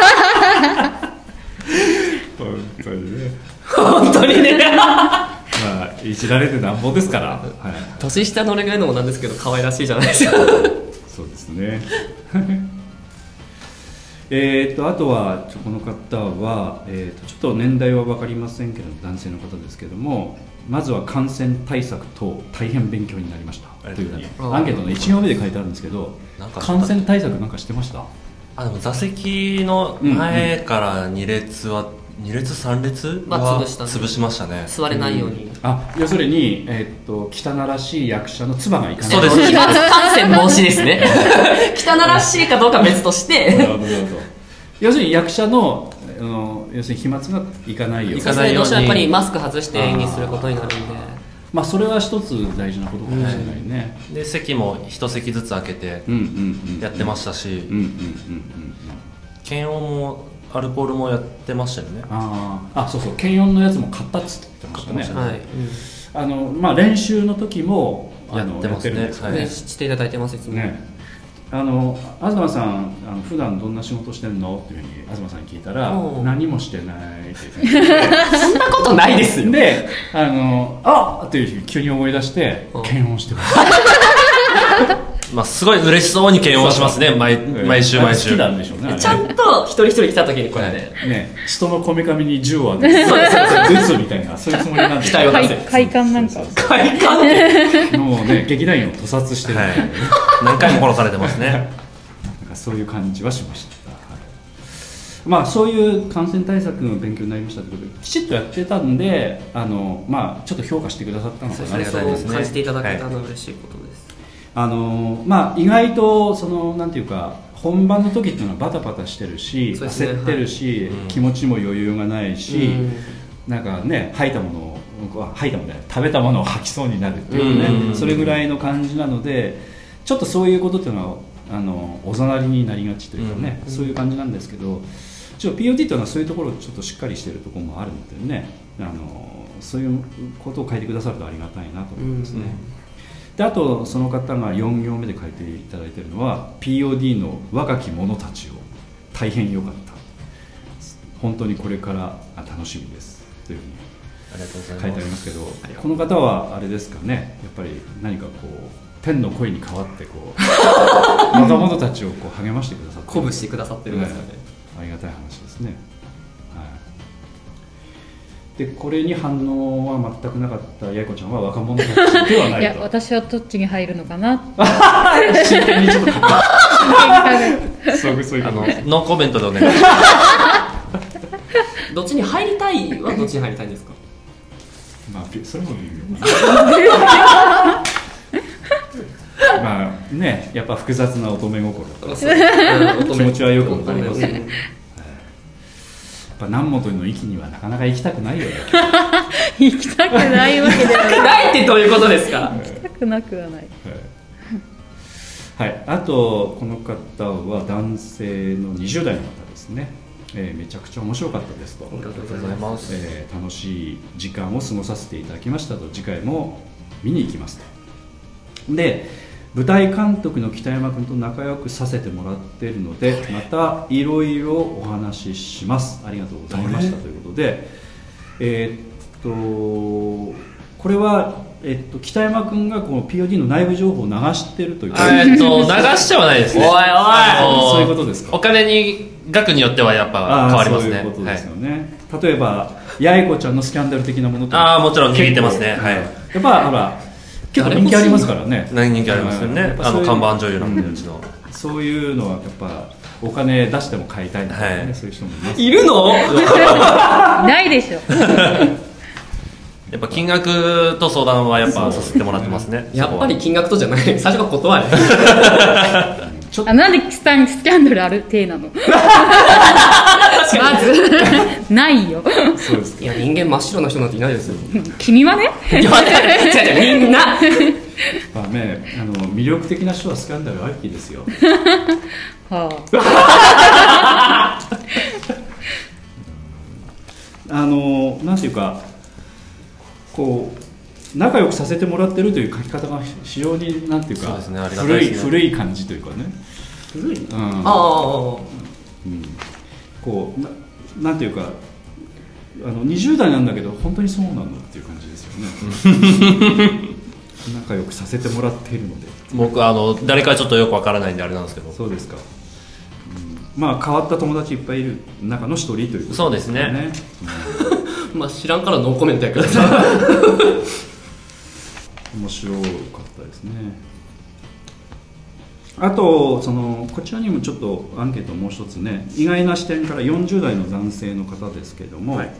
本当にね。まあいじられてなんぼですから。 年下の俺が言うのもなんですけど可愛らしいじゃないですか。 そうですね。あとはこの方は、ちょっと年代は分かりませんけど男性の方ですけども、まずは感染対策等大変勉強になりましたというふうにアンケートの1行目で書いてあるんですけど、感染対策なんかしてました？ でも座席の前から2列3列は潰しましたね。 座れないように。 要するに、汚らしい役者の唾がいかない。 そうです。飛沫感染防止ですね。汚らしいかどうかは別として。 要するに役者の要するに飛沫がいかないように。 どうしてもやっぱりマスク外して演技することになるんで。 まあそれは一つ大事なことかもしれないね。 で席も一席ずつ空けてやってましたし、検温もアルコールもやってましたよね。 そう検温のやつも買ったっつって言ってましたね。まあ練習の時もやってますね。 していただいてます、いつも。 東さん普段どんな仕事してんのっていうふうに東さんに聞いたら何もしてないって言ってそんなことないですよ。 でっていうふうに急に思い出して検温してますまあすごい嬉しそうに検温しますね。毎週好きなんでしょうね。 ちゃんと一人一人来た時にこれで人のこめかみに銃を当てて撃つみたいな、そういうつもりなんで期待を出せ。 快感なんか快感ってもうね劇団員を屠殺してる何回も殺されてますね。 なんかそういう感じはしました。まあそういう感染対策の勉強になりましたということできちっとやってたんでまあちょっと評価してくださったのかな。 ありがたいですね。感じていただけたのは嬉しいことです。 まあ意外となんていうか本番の時っていうのはバタバタしてるし、焦ってるし、気持ちも余裕がないし、なんかね食べたものを吐きそうになるっていうね、それぐらいの感じなのでちょっとそういうことっていうのはおざなりになりがちというかね、そういう感じなんですけど、POD っていうのはそういうところちょっとしっかりしてるところもあるのでね、そういうことを書いてくださるとありがたいなと思いますね。であとその方が4行目で書いていただいているのは POD の若き者たちを大変良かった、本当にこれから楽しみですというふうに書いてありますけど、この方はあれですかね、やっぱり何かこう天の声に代わって若者たちを励ましてくださって鼓舞してくださってるんですかね。 ありがたい話ですね。でこれに反応は全くなかった八重子ちゃんは若者たちではないと。 いや私はどっちに入るのかな真剣にちょっとそういうノーコメントでお願いしますどっちに入りたいはどっちに入りたいんですか？ まあそれも微妙まあね、やっぱ複雑な乙女心と気持ちはよくわかりますね。南本の域にはなかなか行きたくないよね。 行きたくないわけではないってどういうことですか？ 行きたくなくはない。 はい、あとこの方は男性の20代の方ですね。めちゃくちゃ面白かったですと。 ありがとうございます。 楽しい時間を過ごさせていただきましたと、次回も見に行きますと。で舞台監督の北山君と仲良くさせてもらっているので、またいろいろお話しします。ありがとうございましたということで、これは北山君がこの POD の内部情報を流してるというか流しちゃはないですね。 おいそういうことですか。 お金に額によってはやっぱ変わりますね。 そういうことですよね、例えば八重子ちゃんのスキャンダル的なものとかもちろん握ってますね。はい、 やっぱほら結構人気ありますからね。 人気ありますよね。看板女優なんでうちの、 そういうのはやっぱお金出しても買いたいとかね、そういう人もいます。 いるの？ ないでしょ。 やっぱ金額と相談はやっぱさせてもらってますね。 やっぱり金額とじゃない。最初から断れ。 なんでスキャンダルある体なの？まずないよ。 そうですか。 いや人間真っ白な人なんていないですよ。 君はね。 いや待ってみんな。 まあね、魅力的な人はスキャンダルありきですよ。 はなんていうかこう仲良くさせてもらってるという書き方が非常になんていうか、 ね、ありがたいですね、 古い感じというかね。 古い？ うん、 こうなんていうか20代なんだけど本当にそうなのっていう感じですよね。仲良くさせてもらっているので。 僕誰かちょっとよくわからないんであれなんですけど。 そうですか。まあ変わった友達いっぱいいる中の一人ということですね。 そうですね。 まあ知らんからノーコメントやけどさ。 面白かったですね。あとこちらにもちょっとアンケートもう一つね、意外な視点から40代の男性の方ですけども、はい、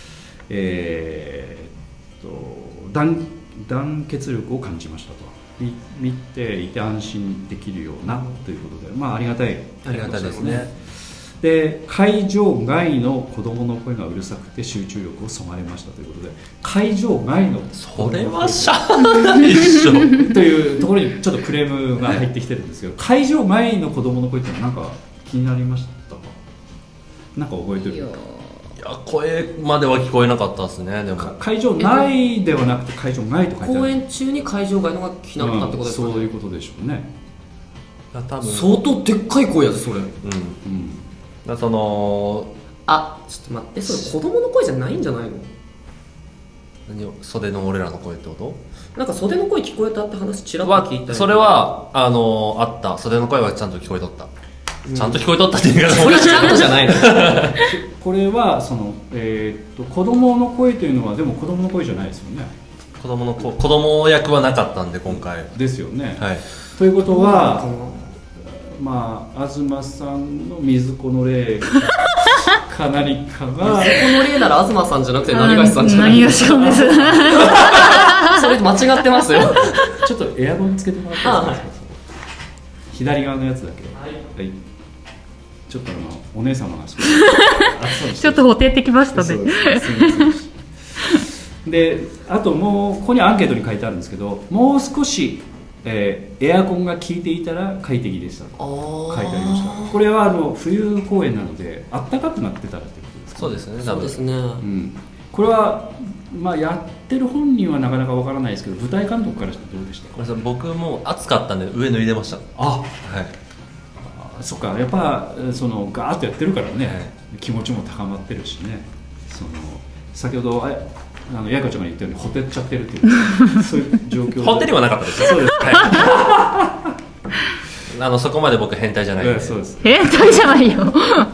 団結力を感じましたと。見ていて安心できるようなということで、まあありがたいですね。 で、会場外の子供の声がうるさくて集中力をそがれましたということで、会場外のそれはしゃあないでしょというところにちょっとクレームが入ってきてるんですけど、会場外の子供の声ってのはなんか気になりましたか？なんか覚えてる？ いや声までは聞こえなかったですね。でも会場内ではなくて会場外と書いてある。 公演中に会場外のが聞きなかったってことですかね。 そういうことでしょうね。 多分相当でっかい声やつそれ。 だそのちょっと待って、それ子供の声じゃないんじゃないの？ 袖の俺らの声ってこと？ なんか袖の声聞こえたって話ちらっと聞いた。 それはあった袖の声はちゃんと聞こえとった。ちゃんと聞こえとったっていうか、 それはちゃんとじゃないの。 これは子供の声というのはでも子供の声じゃないですよね。 子供役はなかったんで今回ですよね。 はい。 ということはまあ東さんの水子の霊か何かが水子の霊なら東さんじゃなくて何がしさんじゃない？ 何がしかです。 それ間違ってますよ。 ちょっとエアコンつけてもらっていいですか？はい、左側のやつだけ。はい。ちょっとお姉様がちょっと補填ってきましたね。 で、あともうここにアンケートに書いてあるんですけど、もう少し、エアコンが効いていたら快適でしたと書いてありました。これは冬公演なので暖かくなってたらということですか？ そうですね。 そうですね。 これはまあやってる本人はなかなかわからないですけど、舞台監督からしてどうでしたか？ 僕も暑かったんで上脱いでました。はい。 そっか、やっぱガーッとやってるからね、気持ちも高まってるしね。先ほどやかちゃんが言ったようにほてっちゃってるっていうそういう状況で。 ほてりはなかったですよ。そうです。はい、そこまで僕変態じゃないんで。 そうです。 変態じゃないよ。なる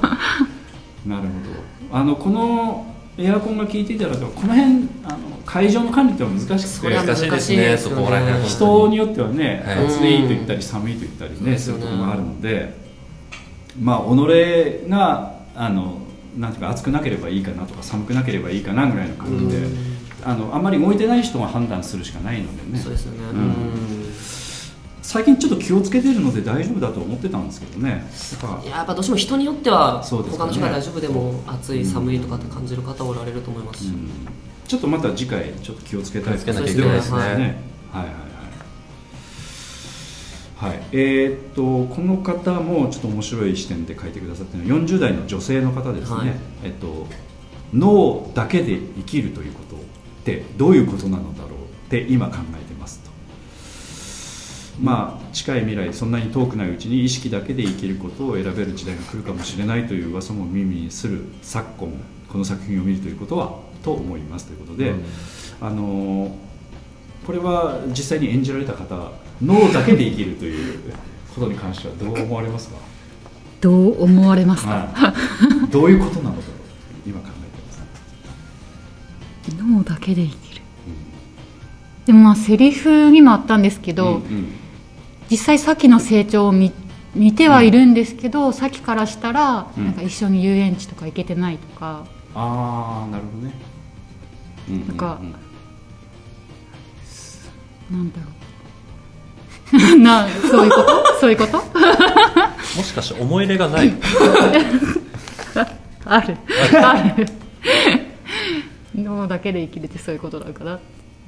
ほど。このエアコンが効いていたらこの辺会場の管理ってのは難しくて。 難しいですね。そこら辺。 人によってはね、暑いと言ったり寒いと言ったりねするところもあるので。まあ己がなんていうか暑くなければいいかなとか寒くなければいいかなぐらいの感じで、あんまり動いてない人が判断するしかないのでね。 そうですよね。 最近ちょっと気をつけてるので大丈夫だと思ってたんですけどね。 やっぱどうしても人によっては他の人が大丈夫でも暑い寒いとかって感じる方おられると思いますし、 ちょっとまた次回ちょっと気をつけたいですね。ですね。 はいはいはい、この方もちょっと面白い視点で書いてくださっているのは40代の女性の方ですね、はい、脳だけで生きるということってどういうことなのだろうって今考えてますと。まあ近い未来そんなに遠くないうちに意識だけで生きることを選べる時代が来るかもしれないという噂も耳にする昨今この作品を見るということはと思いますということで、 これは実際に演じられた方、脳だけで生きるということに関してはどう思われますか？ どう思われますか？ はい、どういうことなのか今考えてます。 脳だけで生きる、でもまあセリフにもあったんですけど、実際さっきの成長を見てはいるんですけど、さっきからしたらなんか一緒に遊園地とか行けてないとか、 ああなるほどね、 なんか、なんだろうそういうことそういうこともしかして思い入れがないある脳だけで生きるってそういうことなのかな。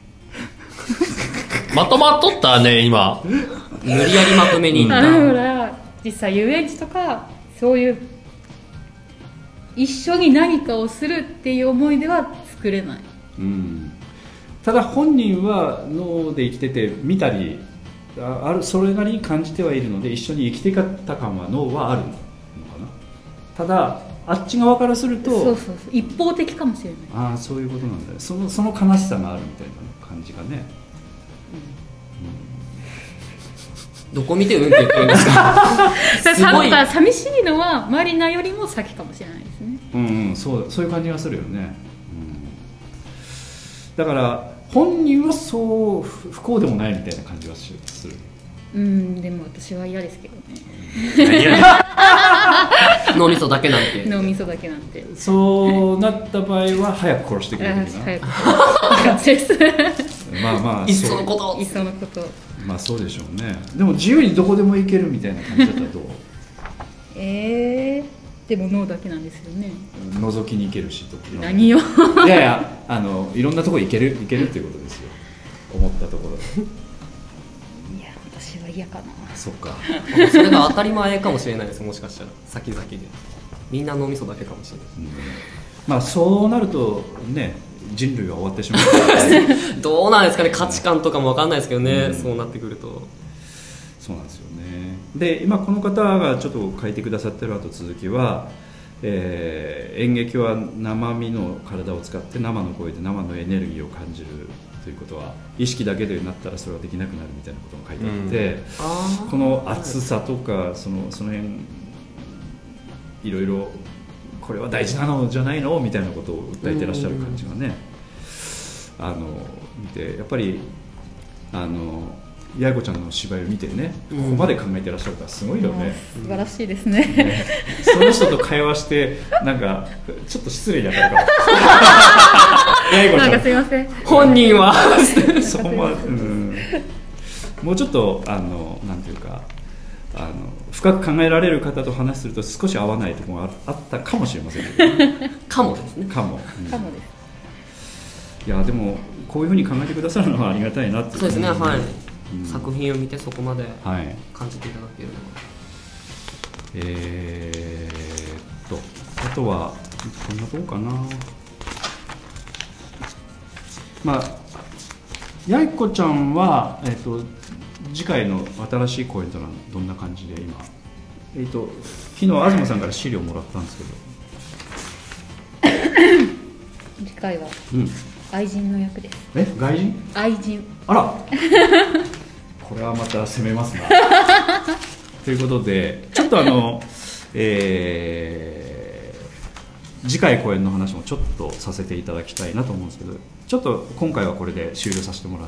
まとまっとったね今無理やりまとめにいった。 だから実際遊園地とかそういう一緒に何かをするっていう思い出は作れない、 ただ本人は脳で生きてて見たりそれなりに感じてはいるので、一緒に生きてた感は脳はあるのかな。ただあっち側からするとそう一方的かもしれない。 ああそういうことなんだよ。その悲しさがあるみたいな感じがね、 どこ見てって言ってるんですか？すごい寂しいのはマリナよりも先かもしれないですね。 そういう感じがするよね、だから本人はそう不幸でもないみたいな感じがする。 でも私は嫌ですけどね。 脳みそだけなんて。 脳みそだけなんて。 そうなった場合は早く殺してくれる早く殺してくれるまあいっそのこといっそのこと。 まあそうでしょうね。でも自由にどこでも行けるみたいな感じだったらどう？ でも脳だけなんですよね。 覗きに行けるしと。 何を？ いやいろんなとこ行けるっていうことですよ。思ったところで。 いや私は嫌かな。 そっか。 それが当たり前かもしれないです。もしかしたら先々でみんな脳みそだけかもしれないです、 まあそうなるとね、人類は終わってしまう。 どうなんですかね、価値観とかも分かんないですけどね、そうなってくると。 そうなんですよね。で今この方がちょっと書いてくださってる後続きは、演劇は生身の体を使って生の声で生のエネルギーを感じるということは、意識だけでなったらそれはできなくなるみたいなことが書いてあって、この熱さとかその辺いろいろこれは大事なのじゃないのみたいなことを訴えてらっしゃる感じがね、見てやっぱり八重子ちゃんの芝居を見てね、ここまで考えてらっしゃるからすごいよね。 素晴らしいですね。 その人と会話してなんかちょっと失礼に当たるかも。八重子ちゃん。 なんかすいません。 本人はそこまで、もうちょっとなんていうか深く考えられる方と話すると少し合わないところがあったかもしれませんけど、ね、 かもですね。 かもです。 いやでもこういうふうに考えてくださるのはありがたいなって。 そうですね、はい。作品を見てそこまで感じていただけるのは、あとはこんなとこかな。まあ八重子ちゃんは、次回の新しい公演というのはどんな感じで今、昨日東さんから資料もらったんですけど次回は愛人の役です。 外人？ 愛人。 あらこれはまた攻めますな。ということでちょっと次回公演の話もちょっとさせていただきたいなと思うんですけど、ちょっと今回はこれで終了させてもらって、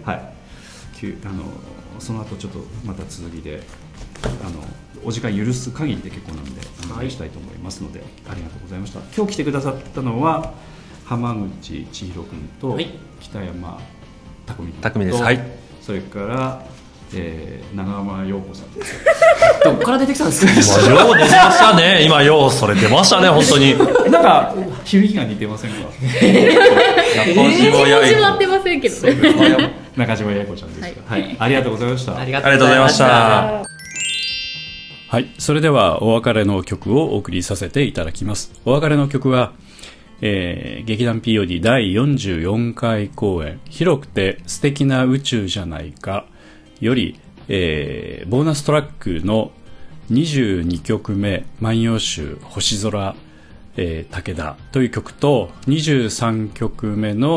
その後ちょっとまた続きでお時間許す限りで結構なのでお願いしたいと思いますので、ありがとうございました。今日来てくださったのは浜口千尋君と北山匠です。はい。 それから長浜陽子さんです。 どこから出てきたんですか？ よう出ましたね。今ようそれ出ましたね、本当に。 なんか響きが似てませんか？ 文字は合ってませんけどね。 中島八重子ちゃんです。はい、ありがとうございました。 ありがとうございました。 はい、それではお別れの曲をお送りさせていただきます。お別れの曲は、劇団 POD 第44回公演広くて素敵な宇宙じゃないかより、ボーナストラックの22曲目万葉集星空、武田という曲と23曲目の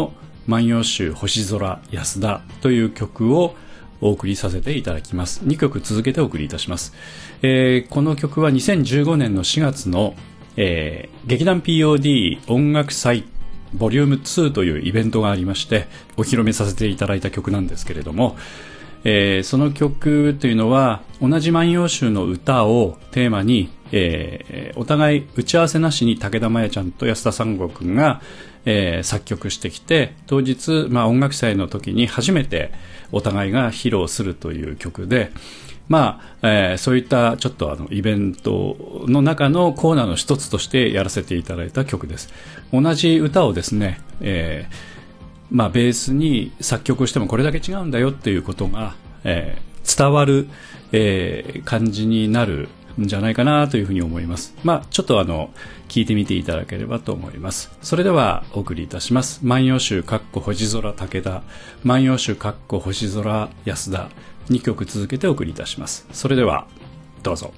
万葉集星空安田という曲をお送りさせていただきます。2曲続けてお送りいたします。この曲は2015年の4月の、劇団 POD 音楽祭ボリューム2というイベントがありましてお披露目させていただいた曲なんですけれども、その曲というのは同じ万葉集の歌をテーマに、お互い打ち合わせなしに武田真弥ちゃんと安田三郷くんが、作曲してきて当日、音楽祭の時に初めてお互いが披露するという曲で、そういったちょっとイベントの中のコーナーの一つとしてやらせていただいた曲です。同じ歌をですね、ベースに作曲してもこれだけ違うんだよっていうことが、伝わる、感じになるんじゃないかなというふうに思います。ちょっと聞いてみていただければと思います。それではお送りいたします。万葉集星空武田、万葉集星空安田、2曲続けてお送りいたします。それではどうぞ。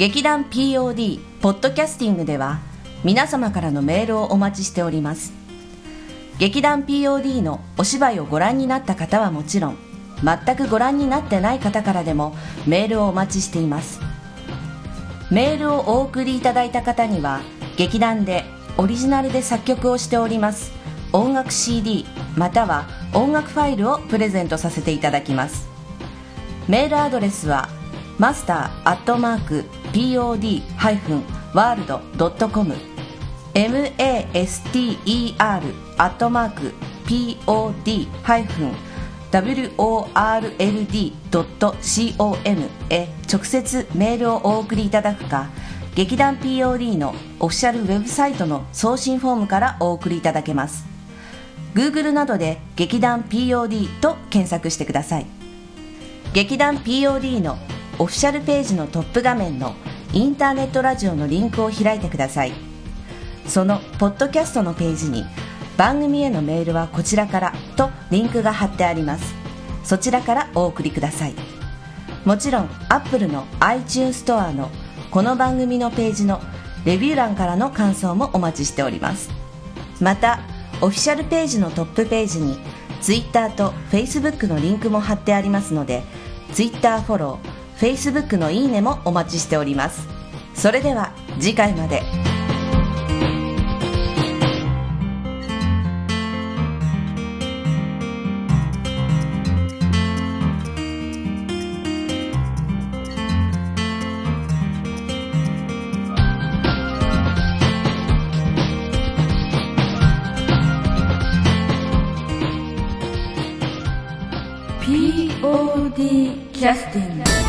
劇団 POD ポッドキャスティングでは皆様からのメールをお待ちしております。劇団 POD のお芝居をご覧になった方はもちろん、全くご覧になってない方からでもメールをお待ちしています。メールをお送りいただいた方には、劇団でオリジナルで作曲をしております音楽 CD または音楽ファイルをプレゼントさせていただきます。メールアドレスはmaster@pod-world.com master@pod-world.com へ直接メールをお送りいただくか、劇団 POD のオフィシャルウェブサイトの送信フォームからお送りいただけます。 Google などで劇団 POD と検索してください。劇団 POD のオフィシャルページのトップ画面のインターネットラジオのリンクを開いてください。そのポッドキャストのページに番組へのメールはこちらからとリンクが貼ってあります。そちらからお送りください。もちろん Apple の iTunes ストアのこの番組のページのレビュー欄からの感想もお待ちしております。またオフィシャルページのトップページに Twitter と Facebook のリンクも貼ってありますので、 Twitter フォロー、Facebook のいいねもお待ちしております。それでは次回まで。POD キャスティング